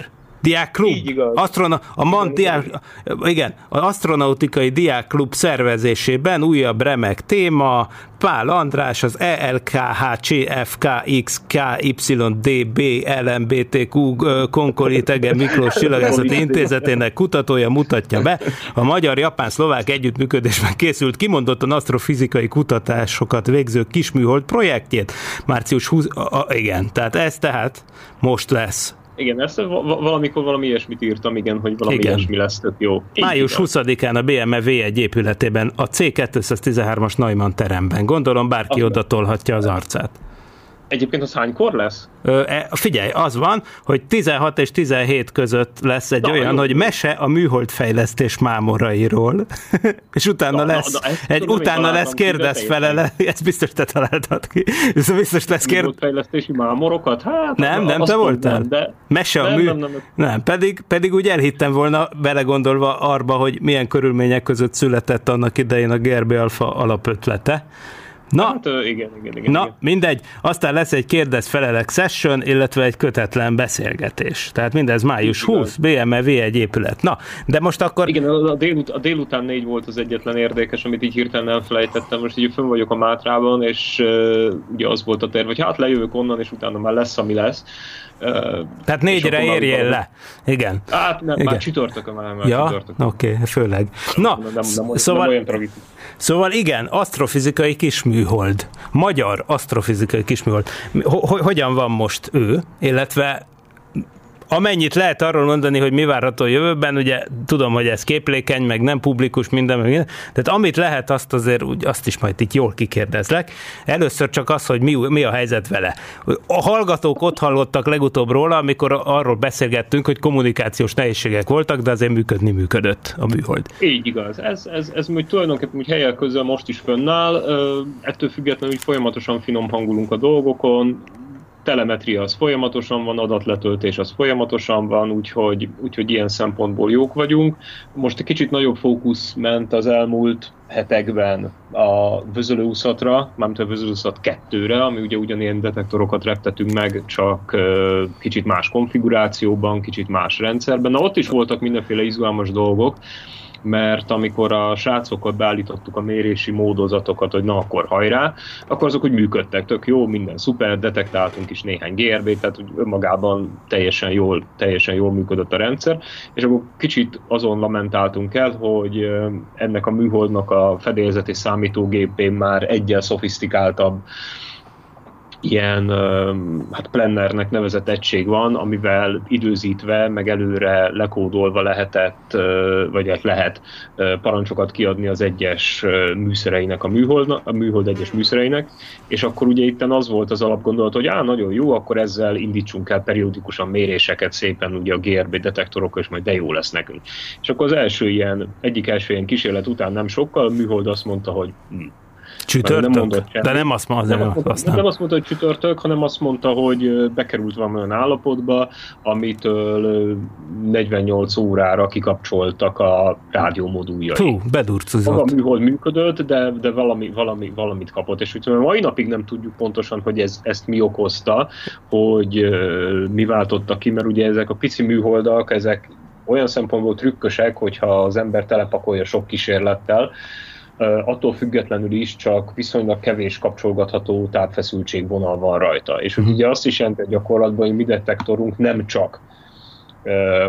Diákklub. Asztrona- a MAN diák, igen, az asztronautikai diákklub szervezésében újabb remek téma, Pál András, az E L K H C F K X K Y D B L M B T Q Konkoli Tege Miklós Csillagászati Intézetének kutatója mutatja be a magyar-japán-szlovák együttműködésben készült kimondottan asztrofizikai kutatásokat végző kisműhold projektjét. Március huszadikán, igen, tehát ez tehát most lesz. Igen, ezt valamikor valami ilyesmit írtam, igen, hogy valami igen. ilyesmi lesz, tök jó. Így Május igaz. huszadikán a bé em e vé egy épületében, a C kétszáztizenhármas Neumann teremben. Gondolom bárki oda tolhatja az arcát. Egyébként az hánykor lesz? Ö, figyelj, az van, hogy tizenhat és tizenhét között lesz egy na, olyan, jó. hogy mese a műholdfejlesztés mámorairól, és utána na, lesz, na, na, egy, tudom, utána lesz kérdez felele, ezt biztos te találtad ki, ez biztos lesz kérdez. Műholdfejlesztési mámorokat? Hát, nem, nem, te voltál? Nem, de... Mese a mű... Nem, nem, nem. nem pedig, pedig úgy elhittem volna, belegondolva arba, hogy milyen körülmények között született annak idején a gé er bé Alpha alapötlete. Na, hát, igen, igen, igen, na igen. mindegy, aztán lesz egy kérdez-felelek session, illetve egy kötetlen beszélgetés. Tehát mindez május huszadika, bé em e vé egy épület. Na, de most akkor... Igen, a, délut, a délután négy volt az egyetlen érdekes, amit így hirtelen elfelejtettem. Most így fönn vagyok a Mátrában, és uh, ugye az volt a terv, hogy hát lejövök onnan, és utána már lesz, ami lesz. Uh, Tehát négyre érjél le. Igen. Hát nem, igen. már csütörtökön már, már ja, csütörtökön. oké, okay, főleg. Na, nem, nem, nem, szóval, nem olyan tragikus. Szóval igen, asztrofizikai kisműhold. Magyar asztrofizikai kisműhold. H- hogyan van most ő, illetve amennyit lehet arról mondani, hogy mi várható a jövőben, ugye tudom, hogy ez képlékeny, meg nem publikus, minden, meg minden, tehát amit lehet, azt azért úgy, azt is majd itt jól kikérdezlek. Először csak az, hogy mi, mi a helyzet vele. A hallgatók ott hallottak legutóbb róla, amikor arról beszélgettünk, hogy kommunikációs nehézségek voltak, de azért működni működött a műhold. Így igaz. Ez, ez, ez úgy tulajdonképpen úgy helyek közel most is fönnáll, ettől függetlenül folyamatosan finom hangulunk a dolgokon, telemetria az folyamatosan van, adatletöltés az folyamatosan van, úgyhogy, úgyhogy ilyen szempontból jók vagyunk. Most egy kicsit nagyobb fókusz ment az elmúlt hetekben a vözölőúszatra, mármint a vözölőúszat kettőre, ami ugye ugyanilyen detektorokat reptetünk meg, csak kicsit más konfigurációban, kicsit más rendszerben. Na ott is voltak mindenféle izgalmas dolgok, mert amikor a srácokat beállítottuk a mérési módozatokat, hogy na akkor hajrá, akkor azok úgy működtek, tök jó, minden szuper, detektáltunk is néhány gé er bé, tehát úgy önmagában teljesen jól, teljesen jól működött a rendszer, és akkor kicsit azon lamentáltunk el, hogy ennek a műholdnak a fedélzeti számítógépén már egyel szofisztikáltabb ilyen hát plannernek nevezett egység van, amivel időzítve, meg előre lekódolva lehetett, vagy lehet parancsokat kiadni az egyes műszereinek, a műhold, a műhold egyes műszereinek, és akkor ugye itten az volt az alapgondolat, hogy á, nagyon jó, akkor ezzel indítsunk el periódikusan méréseket szépen ugye a gé er bé detektorokkal, és majd de jó lesz nekünk. És akkor az első ilyen, egyik első ilyen kísérlet után nem sokkal, a műhold azt mondta, hogy hm, csütörtök? Nem de nem azt mondta, nem, azt mondta, nem azt mondta, hogy csütörtök, hanem azt mondta, hogy bekerült valami olyan állapotba, amitől negyvennyolc órára kikapcsoltak a rádiómoduljai. Fú, bedurcuzott. A műhold működött, de, de valami, valami, valamit kapott. És úgy mai napig nem tudjuk pontosan, hogy ez, ezt mi okozta, hogy mi váltotta ki, mert ugye ezek a pici műholdak, ezek olyan szempontból trükkösek, hogyha az ember telepakolja sok kísérlettel, Uh, attól függetlenül is csak viszonylag kevés kapcsolgatható tápfeszültségvonal van rajta. És uh-huh. ugye azt is jelenti, hogy gyakorlatban, hogy mi detektorunk nem csak uh,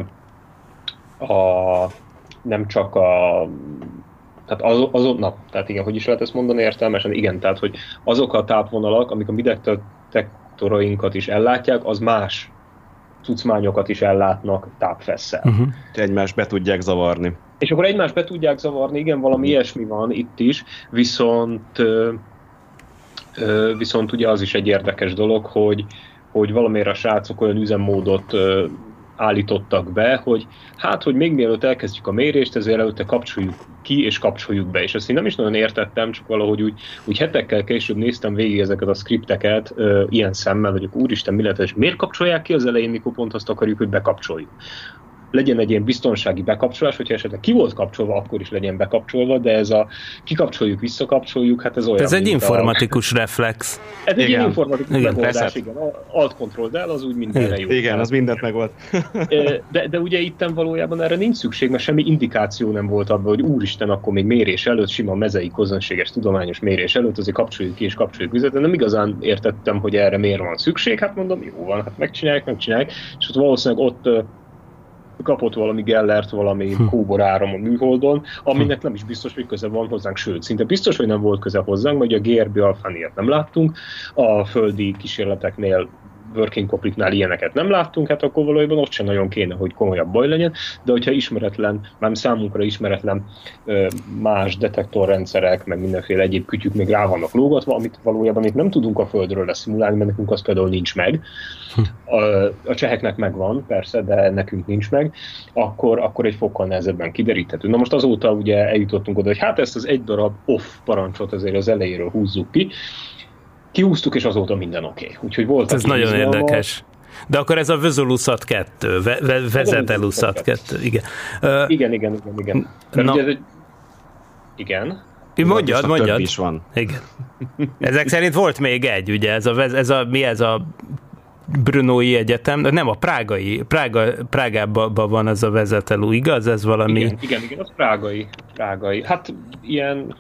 a nem csak a tehát az, azon, na, tehát igen, hogy is lehet ezt mondani értelmesen? Igen, tehát, hogy azok a tápvonalak, amik a mi detektorainkat is ellátják, az más cuccmányokat is ellátnak tápfesszel. Uh-huh. Egymást be tudják zavarni. És akkor egymást be tudják zavarni, igen, valami ilyesmi van itt is, viszont, viszont ugye az is egy érdekes dolog, hogy, hogy valamiért a srácok olyan üzemmódot állítottak be, hogy hát, hogy még mielőtt elkezdjük a mérést, ezért előtte kapcsoljuk ki és kapcsoljuk be. És ezt én nem is nagyon értettem, csak valahogy úgy, úgy hetekkel később néztem végig ezeket a skripteket ö, ilyen szemmel, hogy úristen, mi lehet, és miért kapcsolják ki az elején, mikor pont azt akarjuk, hogy bekapcsoljuk. legyen egy ilyen biztonsági bekapcsolás, hogyha esetleg ki volt kapcsolva, akkor is legyen bekapcsolva, de ez a kikapcsoljuk, visszakapcsoljuk, hát ez olyan. Ez egy informatikus a... reflex. Ez egy igen. informatikus igen, megoldás, persze. igen. Alt-control el, az úgy mindenre jó. Igen, az mindent megold. de, de ugye itten valójában erre nincs szükség, mert semmi indikáció nem volt abban, hogy úristen, akkor még mérés előtt, sima mezei közönséges tudományos mérés előtt, azért kapcsoljuk ki és kapcsoljuk vizet, de nem igazán értettem, hogy erre miért van szükség, hát mondom, jó van, hát megcsinálják, megcsinálják, és ott valószínűleg ott kapott valami Gellert, valami hm. kóboráram a műholdon, aminek nem is biztos, hogy köze van hozzánk, sőt, szinte biztos, hogy nem volt köze hozzánk, mert a gé er bé alfán ilyet nem láttunk, a földi kísérleteknél, working copyiknál ilyeneket nem láttunk, hát akkor valójában ott sem nagyon kéne, hogy komolyabb baj legyen, de hogyha ismeretlen, már számunkra ismeretlen más detektorrendszerek, meg mindenféle egyéb kütyük még rá vannak lógatva, amit valójában itt nem tudunk a Földről leszimulálni, mert nekünk az például nincs meg. A, a cseheknek megvan, persze, de nekünk nincs meg, akkor, akkor egy fokkal nehezebben kideríthető. Na most azóta ugye eljutottunk oda, hogy hát ezt az egy darab off parancsot azért az elejéről húzzuk ki, kihúztuk, és azóta minden oké. Okay. Úgyhogy volt. Ez nagyon izgalma. Érdekes. De akkor ez a Vezolusat kettő, ve- ve- Vezetelusat kettő, igen. Uh, igen, igen, igen, igen. Na. Ugye ez egy... Igen. Mondjad, mondjad. is van. Igen. Ezek szerint volt még egy, ugye, ez a, ez a mi ez a Brnói Egyetem, nem a prágai, Prága, Prágában van az a Vezetelu, igaz? Ez valami... Igen, igen, igen, az prágai, prágai. Hát ilyen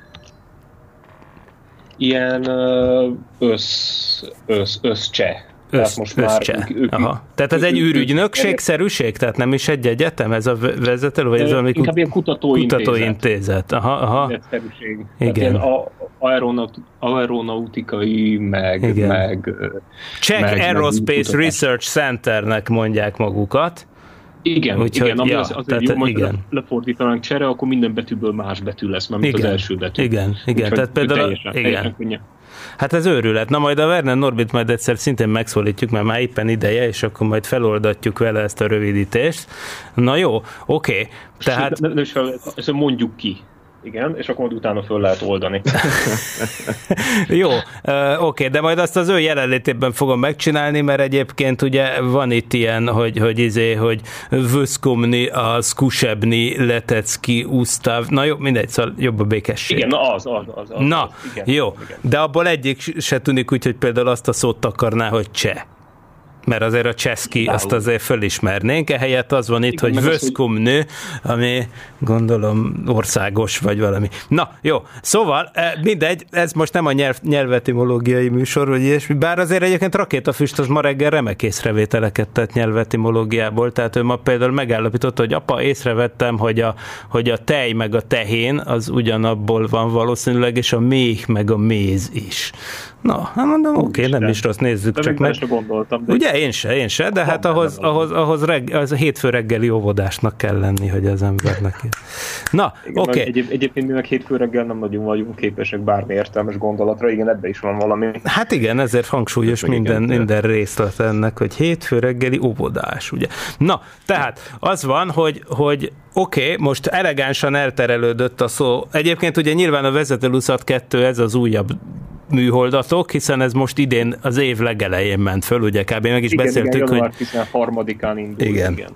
ilyen össz, össz, összcseh. Össz, most már ők, ők, Aha. Tehát ez ők, egy űrügynökségszerűség? Tehát nem is egy egyetem ez a Vezetelu? Vagy ez valami inkább ilyen kutatóintézet. Kutatóintézet. Aha, aha. Igen. A, aeronaut, aeronautikai, meg... Igen. meg Czech meg, Aerospace meg Research Centernek mondják magukat. Igen, Úgyhogy, igen, ami ja, az, azért tehát, jó, majd igen. lefordítanánk csere, akkor minden betűből más betű lesz, mert mint az első betű. Igen, igen. Úgyhogy, tehát például, teljesen, igen. Teljesen hát ez őrület. Na majd a Werner Norbit majd egyszer szintén megszólítjuk, mert már éppen ideje, és akkor majd feloldatjuk vele ezt a rövidítést. Na jó, oké. Okay. Tehát... Ne, ne, ne, ezt mondjuk ki. Igen, és akkor utána föl lehet oldani. Jó, uh, oké, okay, de majd azt az ő jelenlétében fogom megcsinálni, mert egyébként ugye van itt ilyen, hogy, hogy izé, hogy vöszkomni a skusebni letecki úsztáv. Na jó, mindegy, szóval jobb a békesség. Igen, na az, az, az. az na, az, igen, jó, igen. De abból egyik se tűnik úgy, hogy például azt a szót akarná, hogy cseh. Mert azért a cseszki, azt azért fölismernénk, ehelyett az van itt, igen, hogy vöszkomnő, ami gondolom országos, vagy valami. Na, jó, szóval mindegy, ez most nem a nyelv, nyelvetimológiai műsor, vagy ilyesmi, bár azért egyébként Rakétafüst az ma reggel remek észrevételeket tett nyelvetimológiából, tehát ő ma például megállapította, hogy apa, észrevettem, hogy a, hogy a tej meg a tehén az ugyanabból van valószínűleg, és a méh meg a méz is. Na, hát mondom, oké, okay, nem is rossz, nézzük de csak meg. Gondoltam, de ugye, én se, én se, de hát ahhoz, ahhoz, ahhoz reg, az a hétfő reggeli óvodásnak kell lenni, hogy az embernek. Na, oké. Okay. Egyéb, egyébként mi meg hétfő reggel nem nagyon vagyunk képesek bármi értelmes gondolatra, igen, ebbe is van valami. Hát igen, ezért hangsúlyos minden, minden részlet ennek, hogy hétfő reggeli óvodás, ugye. Na, tehát az van, hogy, hogy oké, okay, most elegánsan elterelődött a szó. Egyébként ugye nyilván a Vezetelusat kettő, ez az újabb műholdatok, hiszen ez most idén az év legelején ment föl, ugye kb. Meg is igen, beszéltük, igen, hogy... január tizenharmadikán indul, igen. igen.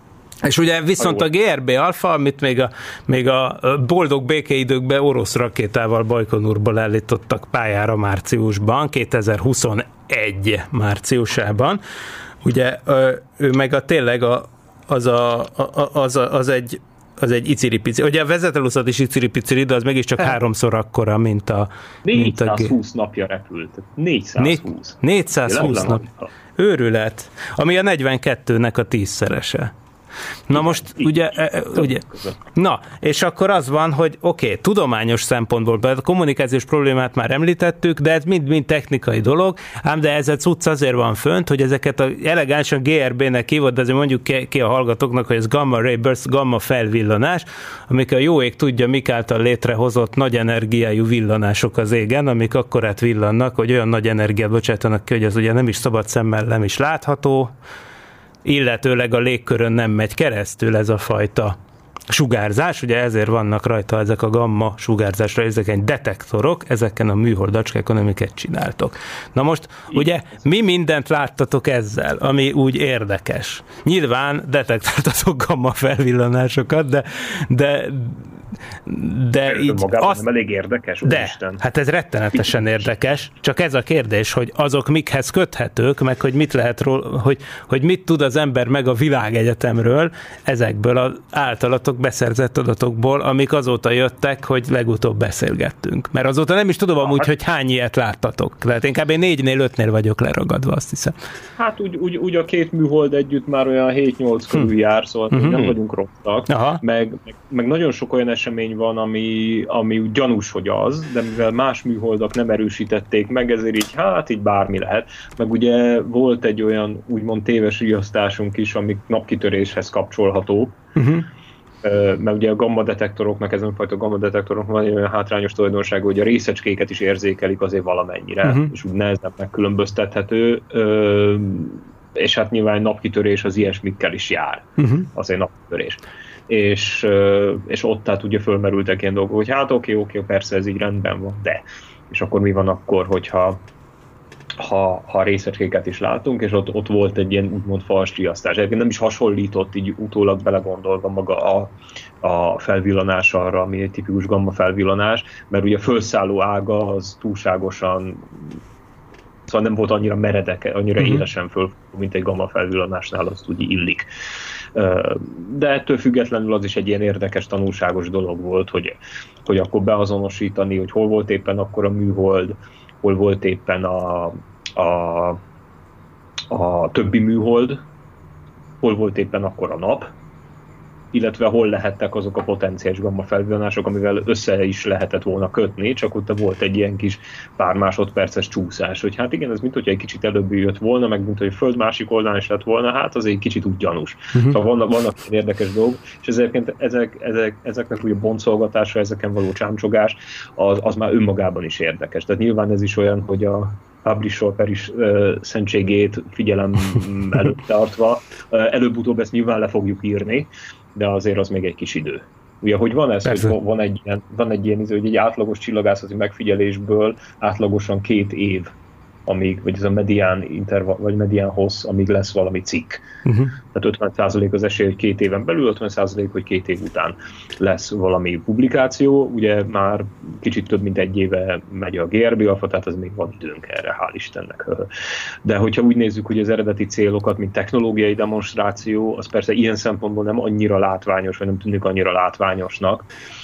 És ugye viszont a gé er bé Alpha, amit még a, még a boldog békeidőkben orosz rakétával Bajkonurból állítottak pályára márciusban, kétezer-huszonegy márciusában, ugye ő meg a tényleg a, az, a, az, a, az egy az egy iciripici. Ugye a Vezetelusat is iciripiciri, de az mégiscsak hát. háromszor akkora, mint a... négyszázhúsz mint a... napja repült. négyszázhúsz. négyszázhúsz nap. Őrület. Ami a negyvenkettőnek a tízszerese. Na igen, most így, ugye, így, ugye na, és akkor az van, hogy oké, okay, tudományos szempontból, a kommunikációs problémát már említettük, de ez mind-mind technikai dolog, ám de ez a cucc azért van fönt, hogy ezeket a elegánsan gé er bé-nek hívott, de azért mondjuk ki, ki a hallgatóknak, hogy ez gamma ray burst, gamma felvillanás, amik a jó ég tudja, mik által létrehozott nagy energiájú villanások az égen, amik akkorát villannak, hogy olyan nagy energiát bocsátanak ki, hogy az ugye nem is szabad szemmel nem is látható, illetőleg a légkörön nem megy keresztül ez a fajta sugárzás, ugye ezért vannak rajta ezek a gamma sugárzásra érzékeny detektorok, ezeken a műholdacskákon, amiket csináltok. Na most, ugye, mi mindent láttatok ezzel, ami úgy érdekes? Nyilván detektáltatok gamma felvillanásokat, de, de de így azt... nem elég érdekes, de, Isten. Hát ez rettenetesen érdekes, csak ez a kérdés, hogy azok mikhez köthetők, meg hogy mit lehet róla, hogy, hogy mit tud az ember meg a világegyetemről ezekből az általatok beszerzett adatokból, amik azóta jöttek, hogy legutóbb beszélgettünk. Mert azóta nem is tudom amúgy, hát, hogy hány ilyet láttatok. Lehet én kb. négynél, ötnél vagyok leragadva, azt hiszem. Hát úgy, úgy, úgy a két műhold együtt már olyan hét-nyolc körül hm. jár, szóval hm. nem vagyunk rosszak. Meg, meg, meg nagyon sok olyan esemény van, ami, ami úgy gyanús, hogy az, de mivel más műholdak nem erősítették meg, ezért így, hát így bármi lehet. Meg ugye volt egy olyan úgymond téves riasztásunk is, amik napkitöréshez kapcsolható. Uh-huh. Mert ugye a gamma detektoroknak, ezen a fajta gamma detektoroknak van egy olyan hátrányos tulajdonsága, hogy a részecskéket is érzékelik azért valamennyire, uh-huh. és úgy nehezen megkülönböztethető, és hát nyilván napkitörés az ilyesmikkel is jár, uh-huh. azért napkitörés. És, és ott tehát ugye fölmerültek ilyen dolgok, hogy hát oké, oké, persze ez így rendben van, de. És akkor mi van akkor, hogyha ha, ha részecskéket is látunk, és ott, ott volt egy ilyen úgymond fals riasztás. Egyébként nem is hasonlított így utólag belegondolva maga a, a felvillanás arra, ami egy tipikus gamma felvillanás, mert ugye a felszálló ága az túlságosan, szóval nem volt annyira meredek, annyira uh-huh. élesen föl, mint egy gamma felvillanásnál, azt úgy illik. De ettől függetlenül az is egy ilyen érdekes, tanulságos dolog volt, hogy, hogy akkor beazonosítani, hogy hol volt éppen akkor a műhold, hol volt éppen a, a, a többi műhold, hol volt éppen akkor a nap, illetve hol lehettek azok a potenciális gamma felvillanások, amivel össze is lehetett volna kötni, csak ott volt egy ilyen kis pár másodperces csúszás, hogy hát igen, ez mint hogy egy kicsit előbb jött volna, meg mint hogy a Föld másik oldalán is lett volna, hát az egy kicsit úgy gyanús. Uh-huh. Szóval vannak, vannak érdekes dolgok, és ezek, ezek, ezek, ezeknek ugye boncolgatása, ezeken való csámcsogás, az, az már önmagában is érdekes. Tehát nyilván ez is olyan, hogy a Publisher per is uh, szentségét figyelem előtt tartva, uh, előbb-utóbb ezt nyilván le fogjuk írni, de azért az még egy kis idő. Ugye, hogy van ez, Persze. hogy van egy ilyen, van egy ilyen, hogy egy átlagos csillagászati megfigyelésből átlagosan két év, amíg, vagy ez a medián interval, vagy medián hossz, amíg lesz valami cikk. Uh-huh. Tehát ötven százalék az esély, hogy két éven belül, ötven százalék, hogy két év után lesz valami publikáció. Ugye már kicsit több mint egy éve megy a gé er bé alfa, tehát ez még van időnk erre, hál' Istennek. De hogyha úgy nézzük, hogy az eredeti célokat, mint technológiai demonstráció, az persze ilyen szempontból nem annyira látványos, vagy nem tűnik annyira látványosnak.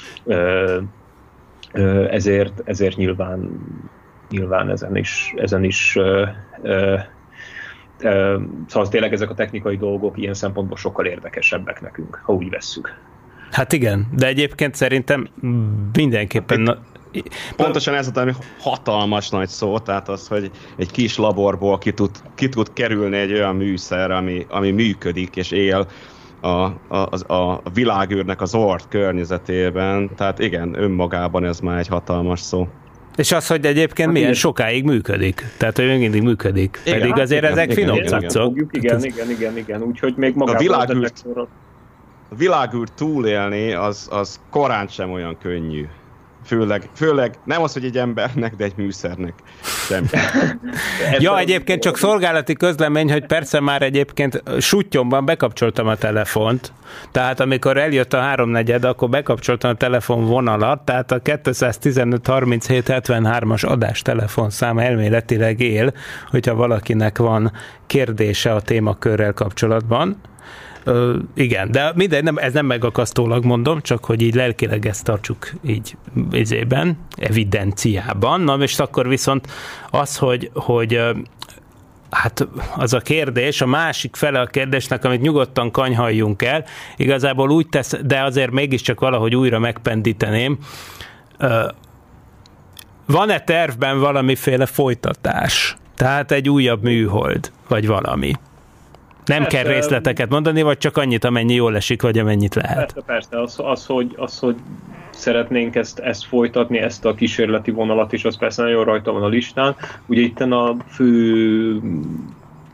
Ezért, ezért nyilván Nyilván ezen is, ezen is ö, ö, ö, szóval tényleg ezek a technikai dolgok ilyen szempontból sokkal érdekesebbek nekünk, ha úgy vesszük. Hát igen, de egyébként szerintem mindenképpen... Na, pontosan ez az, ami hatalmas nagy szó, tehát az, hogy egy kis laborból ki tud, ki tud kerülni egy olyan műszer, ami, ami működik és él a, a, a világűrnek az ort környezetében, tehát igen, önmagában ez már egy hatalmas szó. És az, hogy egyébként hát milyen igen. sokáig működik. Tehát, hogy még mindig működik. Igen, Pedig azért igen, ezek igen, finom igen, cuccok. Igen, igen, igen, igen, igen. Úgyhogy még magában a világűrt, a világűrt túlélni, az, az korán sem olyan könnyű. Főleg, főleg nem az, hogy egy embernek, de egy műszernek sem. Ja, egyébként csak szolgálati közlemény, hogy persze már egyébként suttyomban bekapcsoltam a telefont, tehát amikor eljött a háromnegyed, akkor bekapcsoltam a telefon vonalat, tehát a kétszáztizenöt harminchét hetvenhármas adás telefonszám elméletileg él, hogyha valakinek van kérdése a témakörrel kapcsolatban. Ö, igen, de mindegy, nem, ez nem megakasztólag mondom, csak hogy így lelkileg ezt tartsuk így izében, evidenciában. Na, és akkor viszont az, hogy, hogy hát az a kérdés, a másik fele a kérdésnek, amit nyugodtan kanyhaljunk el, igazából úgy tesz, de azért mégiscsak valahogy újra megpendíteném. Ö, van-e tervben valamiféle folytatás? Tehát egy újabb műhold, vagy valami? Nem persze, kell részleteket mondani, vagy csak annyit, amennyi jól esik, vagy amennyit lehet. Persze, persze. Az, az, hogy, az hogy szeretnénk ezt, ezt folytatni, ezt a kísérleti vonalat is, az persze nagyon rajta van a listán. Ugye itten a fő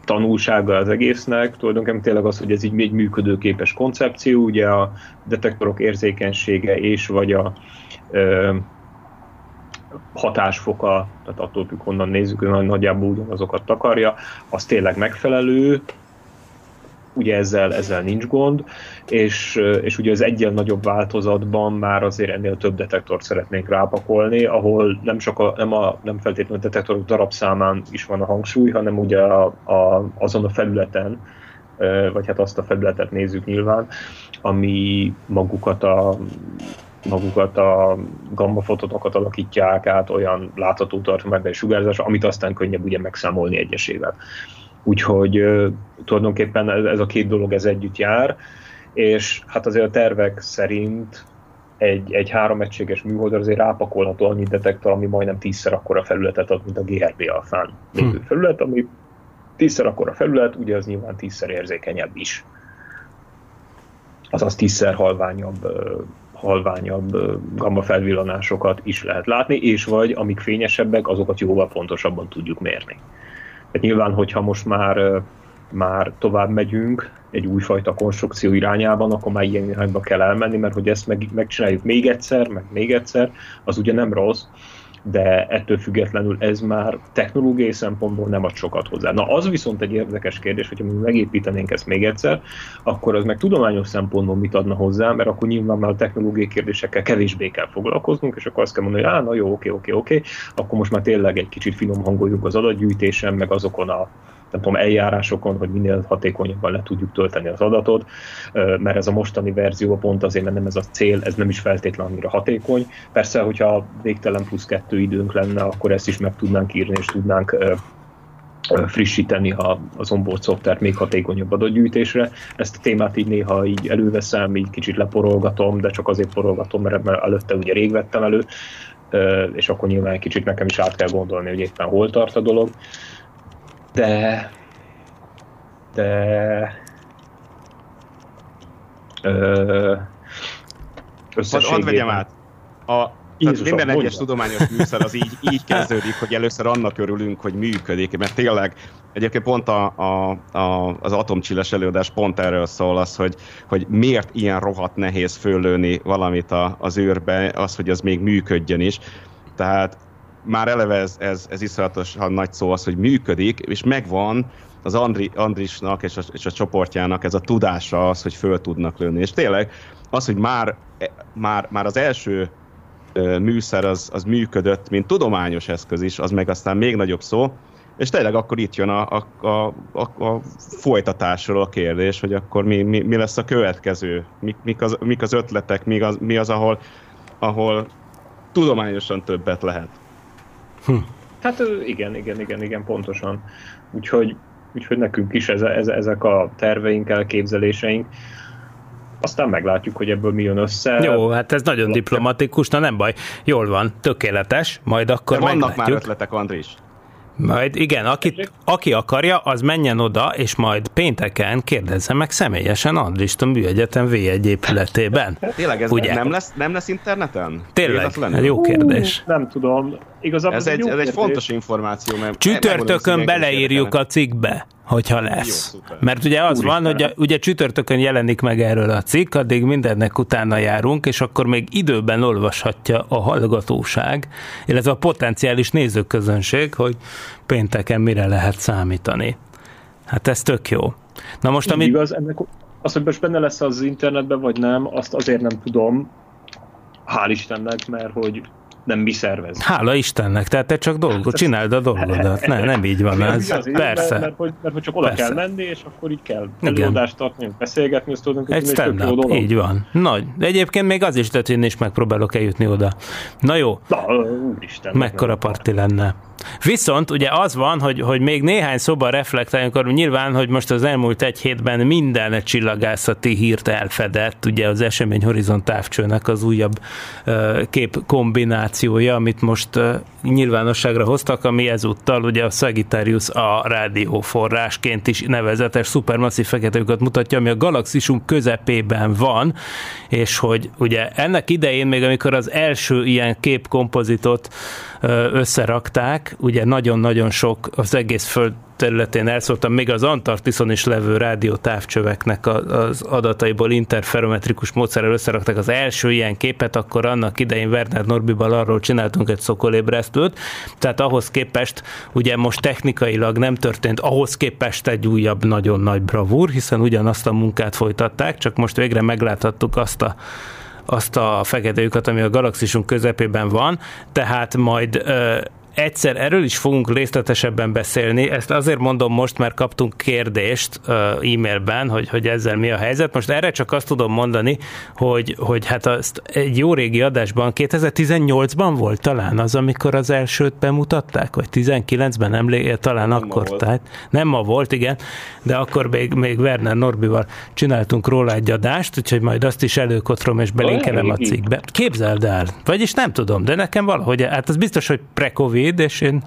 tanulsága az egésznek, tulajdonképpen tényleg az, hogy ez így egy működőképes koncepció, ugye a detektorok érzékenysége és vagy a ö, hatásfoka, tehát attól függ, honnan nézzük, hogy nagyjából ugyanazokat takarja, az tényleg megfelelő, ugye ezzel, ezzel nincs gond, és, és ugye az egyen nagyobb változatban már azért ennél több detektort szeretnénk rápakolni, ahol nem, csak a, nem, a, nem feltétlenül a detektorok darabszámán is van a hangsúly, hanem ugye a, a, azon a felületen, vagy hát azt a felületet nézzük nyilván, ami magukat a magukat a gammafotonokat alakítják át olyan látható tartománybeli sugárzásra, amit aztán könnyebb ugye megszámolni egyesével. Úgyhogy tulajdonképpen ez a két dolog ez együtt jár, és hát azért a tervek szerint egy, egy három egységes műholdra azért rápakolható annyi detektor, ami majdnem tízszer akkora felületet ad, mint a gé er bé alfán lévő hm. felület, ami tízszer akkora felület, ugye az nyilván tízszer érzékenyebb is. Azaz tízszer halványabb, halványabb gamma felvillanásokat is lehet látni, és vagy amik fényesebbek, azokat jóval pontosabban tudjuk mérni. Tehát nyilván, hogyha most már, már tovább megyünk egy újfajta konstrukció irányában, akkor már ilyen irányba kell elmenni, mert hogy ezt meg, megcsináljuk még egyszer, meg még egyszer, az ugye nem rossz, de ettől függetlenül ez már technológiai szempontból nem ad sokat hozzá. Na az viszont egy érdekes kérdés, hogyha mi megépítenénk ezt még egyszer, akkor az meg tudományos szempontból mit adna hozzá, mert akkor nyilván már a technológiai kérdésekkel kevésbé kell foglalkoznunk, és akkor azt kell mondani, hogy á, na jó, oké, oké, oké, akkor most már tényleg egy kicsit finom hangoljuk az adatgyűjtésen, meg azokon a nem tudom, eljárásokon, hogy minél hatékonyabban le tudjuk tölteni az adatot, mert ez a mostani verzió pont azért, mert nem ez a cél, ez nem is feltétlenül annyira hatékony. Persze, hogyha végtelen plusz kettő időnk lenne, akkor ezt is meg tudnánk írni, és tudnánk frissíteni az onboard szoftvert még hatékonyabb adatgyűjtésre. Ezt a témát így néha így előveszem, így kicsit leporolgatom, de csak azért porolgatom, mert előtte ugye rég vettem elő, és akkor nyilván egy kicsit nekem is át kell gondolni, hogy éppen hol tart a dolog. De, de ö, összességében... Hadd vegyem át. A, Jézusom, minden egyes mondja. Tudományos műszer az így, így kezdődik, hogy először annak örülünk, hogy működik, mert tényleg egyébként pont a, a, a, az atomcsilles előadás pont erről szól, az, hogy, hogy miért ilyen rohadt nehéz föllőni valamit a, az űrbe, az, hogy az még működjön is. Tehát már eleve ez, ez, ez iszonyatosan nagy szó az, hogy működik, és megvan az Andri, Andrisnak és a, és a csoportjának ez a tudása az, hogy föl tudnak lőni. És tényleg az, hogy már, már, már az első műszer az, az működött, mint tudományos eszköz is, az meg aztán még nagyobb szó, és tényleg akkor itt jön a, a, a, a, a folytatásról a kérdés, hogy akkor mi, mi, mi lesz a következő, mik, mik, az, mik az ötletek, mi az, mi az ahol, ahol tudományosan többet lehet. Hm. Hát igen, igen, igen, igen, pontosan. Úgyhogy, úgyhogy nekünk is ez, ez, ezek a terveink, elképzeléseink. Aztán meglátjuk, hogy ebből mi jön össze. Jó, hát ez nagyon diplomatikus, na nem baj. Jól van, tökéletes, majd akkor de vannak meglátjuk. Már ötletek, Andris. Majd igen, aki, aki akarja, az menjen oda, és majd pénteken kérdezze meg személyesen Andrist a Műegyetem vé egy épületében. Tényleg ez ugye? Nem, lesz, nem lesz interneten? Tényleg, jó kérdés. Uh, nem tudom. Igazából ez, egy, ez egy fontos információ. Mert csütörtökön beleírjuk a cikkbe, hogyha lesz. Jó, mert ugye az Úristen. van, hogy a, ugye csütörtökön jelenik meg erről a cikk, addig mindennek utána járunk, és akkor még időben olvashatja a hallgatóság, illetve a potenciális nézőközönség, hogy pénteken mire lehet számítani. Hát ez tök jó. Na most, amit... Igaz, ennek az, hogy most benne lesz az internetben, vagy nem, azt azért nem tudom. Hál' Istennek, mert hogy nem mi szervezünk. Hála Istennek, tehát te csak dolgot, csináld a dolgodat. Ne, nem így van ez. Az, Persze. Mert, mert, hogy, mert hogy csak oda Persze. kell menni, és akkor így kell előadást tartani, beszélgetni, azt tudunk, egy stand-up, így van. Nagy. De egyébként még az is, hogy én is megpróbálok eljutni oda. Na jó. Na, úristen. Mekkora parti lenne. Viszont ugye az van, hogy, hogy még néhány szóban reflektáljunk arról, nyilván, hogy most az elmúlt egy hétben minden csillagászati hírt elfedett, ugye az Esemény Horizont távcsőnek az újabb uh, kép kombinációja, amit most uh, nyilvánosságra hoztak, ami ezúttal ugye a Sagittarius A rádióforrásként is nevezetes szupermasszív fekete lyukat mutatja, ami a galaxisunk közepében van, és hogy ugye ennek idején még amikor az első ilyen képkompozitot uh, összerakták, ugye nagyon-nagyon sok, az egész Föld területén elszóltam, még az Antarktiszon is levő rádiótávcsöveknek az adataiból interferometrikus módszerrel összeraktak az első ilyen képet, akkor annak idején Werner Norbival arról csináltunk egy szokolébresztőt, tehát ahhoz képest ugye most technikailag nem történt, ahhoz képest egy újabb nagyon nagy bravúr, hiszen ugyanazt a munkát folytatták, csak most végre megláthattuk azt a azt a fekete lyukat, ami a galaxisunk közepében van, tehát majd ö, egyszer erről is fogunk részletesebben beszélni, ezt azért mondom most, mert kaptunk kérdést uh, e-mailben, hogy, hogy ezzel mi a helyzet. Most erre csak azt tudom mondani, hogy, hogy hát azt egy jó régi adásban, kétezer-tizennyolcban volt talán az, amikor az elsőt bemutatták, vagy tizenkilencben emléke, talán nem akkor. Tehát, nem ma volt, igen, de akkor még, még Werner Norbival csináltunk róla egy adást, úgyhogy majd azt is előkotrom és belinkelem a cikkbe. Képzeld el, vagyis nem tudom, de nekem valahogy, hát az biztos, hogy pre-covid, és én...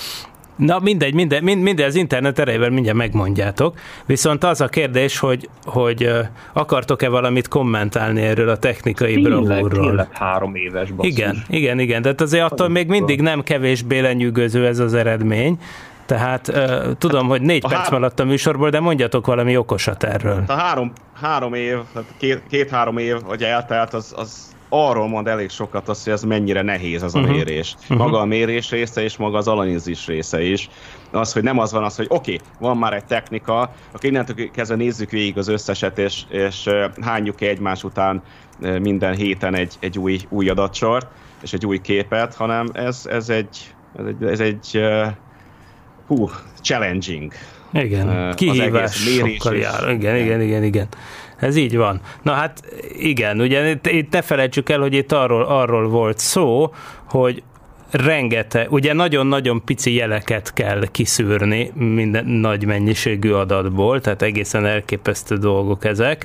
Na mindegy, minden, minden az internet erejével mindjárt megmondjátok. Viszont az a kérdés, hogy, hogy uh, akartok-e valamit kommentálni erről a technikai bravúrról? Tényleg három éves basszus. Igen, igen, igen. Tehát azért attól még mindig nem kevésbé lenyűgöző ez az eredmény. Tehát uh, tudom, hogy négy a perc három... maradt a műsorból, de mondjatok valami okosat erről. A három, három év, két, két-három év, hogy eltelt, az... az... arról mond elég sokat az, hogy ez mennyire nehéz az a uh-huh. mérés. Uh-huh. Maga a mérés része és maga az analízis része is. Az, hogy nem az van az, hogy oké, okay, van már egy technika, akkor innentől kezdve nézzük végig az összeset, és, és uh, hányjuk ki egymás után uh, minden héten egy, egy új, új adatsort, és egy új képet, hanem ez, ez egy, ez egy, ez egy uh, hú, challenging. Igen, uh, kihívás sokkal jár. Igen, igen, igen, igen. Ez így van. Na hát igen, ugye itt ne felejtsük el, hogy itt arról, arról volt szó, hogy rengeteg, ugye nagyon-nagyon pici jeleket kell kiszűrni minden nagy mennyiségű adatból, tehát egészen elképesztő dolgok ezek,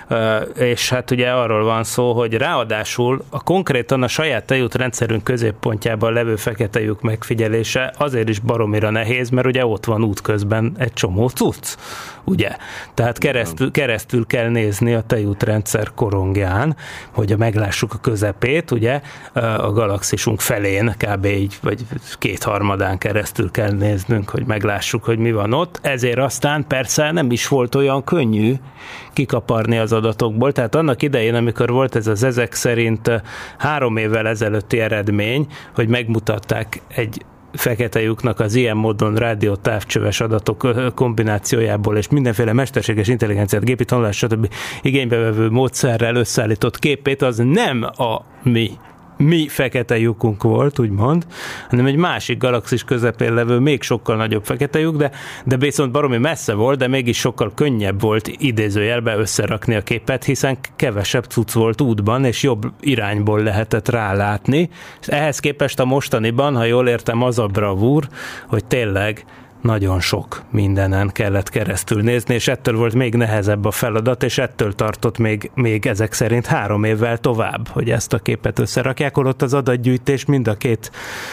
és hát ugye arról van szó, hogy ráadásul a konkrétan a saját tejútrendszerünk középpontjában levő fekete lyuk megfigyelése azért is baromira nehéz, mert ugye ott van útközben egy csomó cucc, ugye? Tehát keresztül, keresztül kell nézni a tejútrendszer korongján, hogy meglássuk a közepét, ugye, a galaxisunk felén kb. Így, vagy kétharmadán keresztül kell néznünk, hogy meglássuk, hogy mi van ott. Ezért aztán persze nem is volt olyan könnyű kikaparni az adatokból. Tehát annak idején, amikor volt ez az ezek szerint három évvel ezelőtti eredmény, hogy megmutatták egy fekete lyuknak az ilyen módon rádiótávcsöves adatok kombinációjából és mindenféle mesterséges intelligenciát, gépi tanulás, stb. Igénybevevő módszerrel összeállított képét, az nem a mi mi fekete lyukunk volt, úgymond, hanem egy másik galaxis közepén levő, még sokkal nagyobb fekete lyuk, de, de viszont baromi messze volt, de mégis sokkal könnyebb volt idézőjelbe összerakni a képet, hiszen kevesebb cucc volt útban, és jobb irányból lehetett rálátni. Ehhez képest a mostaniban, ha jól értem, az a bravúr, hogy tényleg nagyon sok mindenen kellett keresztül nézni, és ettől volt még nehezebb a feladat, és ettől tartott még, még ezek szerint három évvel tovább, hogy ezt a képet összerakják, holott az adatgyűjtés mind a két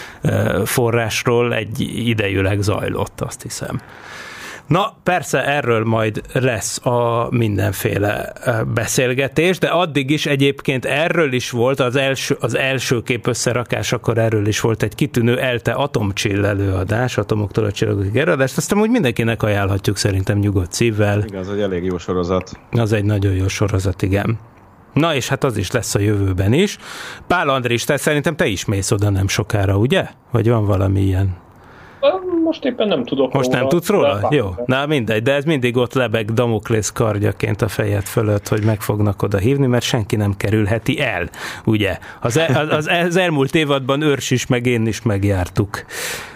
forrásról egy idejűleg zajlott, azt hiszem. Na, persze erről majd lesz a mindenféle beszélgetés, de addig is egyébként erről is volt, az első, az első kép összerakásakor erről is volt egy kitűnő ELTE atomcsill előadás, atomoktól a csillagokig előadást, aztán úgy mindenkinek ajánlhatjuk szerintem nyugodt szívvel. Igen, az egy elég jó sorozat. Az egy nagyon jó sorozat, igen. Na és hát az is lesz a jövőben is. Pál Andris, te szerintem te is mész oda nem sokára, ugye? Vagy van valami ilyen? Most éppen nem tudok Most róla. nem tudsz róla? Jó. Na mindegy, de ez mindig ott lebeg Damoklész kardjaként a fejed fölött, hogy meg fognak oda hívni, mert senki nem kerülheti el, ugye? Az, el, az, az elmúlt évadban Őrs is, meg én is megjártuk.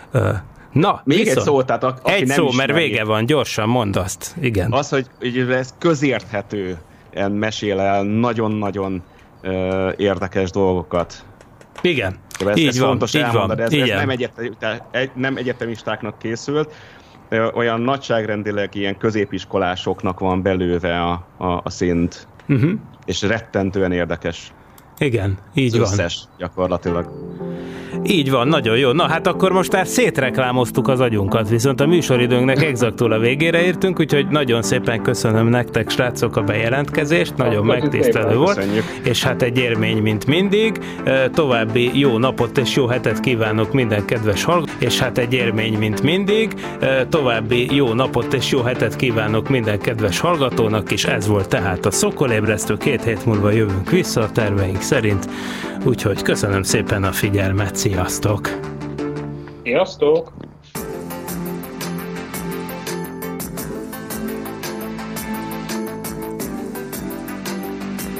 Na, még viszont, egy szó, tehát a, aki egy nem szó, ismeri, mert vége van, gyorsan mondd azt. Igen. Az, hogy, hogy ez közérthető, mesél el nagyon-nagyon uh, érdekes dolgokat. Igen, ez, így ez van, fontos így elmondani, van. ez, ez nem, egyetem, nem egyetemistáknak készült, olyan nagyságrendileg ilyen középiskolásoknak van belőve a, a, a szint, uh-huh. és rettentően érdekes. Igen, így az van. Összes gyakorlatilag. Így van, nagyon jó. Na hát akkor most már szétreklámoztuk az agyunkat, viszont a műsoridőnknek exaktul a végére értünk, úgyhogy nagyon szépen köszönöm nektek, srácok, a bejelentkezést, nagyon megtisztelő volt, és hát egy élmény, mint mindig. További jó napot és jó hetet kívánok minden kedves hallgató, és hát egy élmény, mint mindig. További jó napot és jó hetet kívánok minden kedves hallgatónak, és ez volt tehát a Szokolébresztő. Két hét múlva jövünk vissza a terveink szerint, úgyhogy köszönöm szépen a figyelmet, sziasztok! Sziasztok!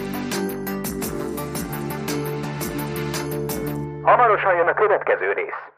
Hamarosan jön a következő rész.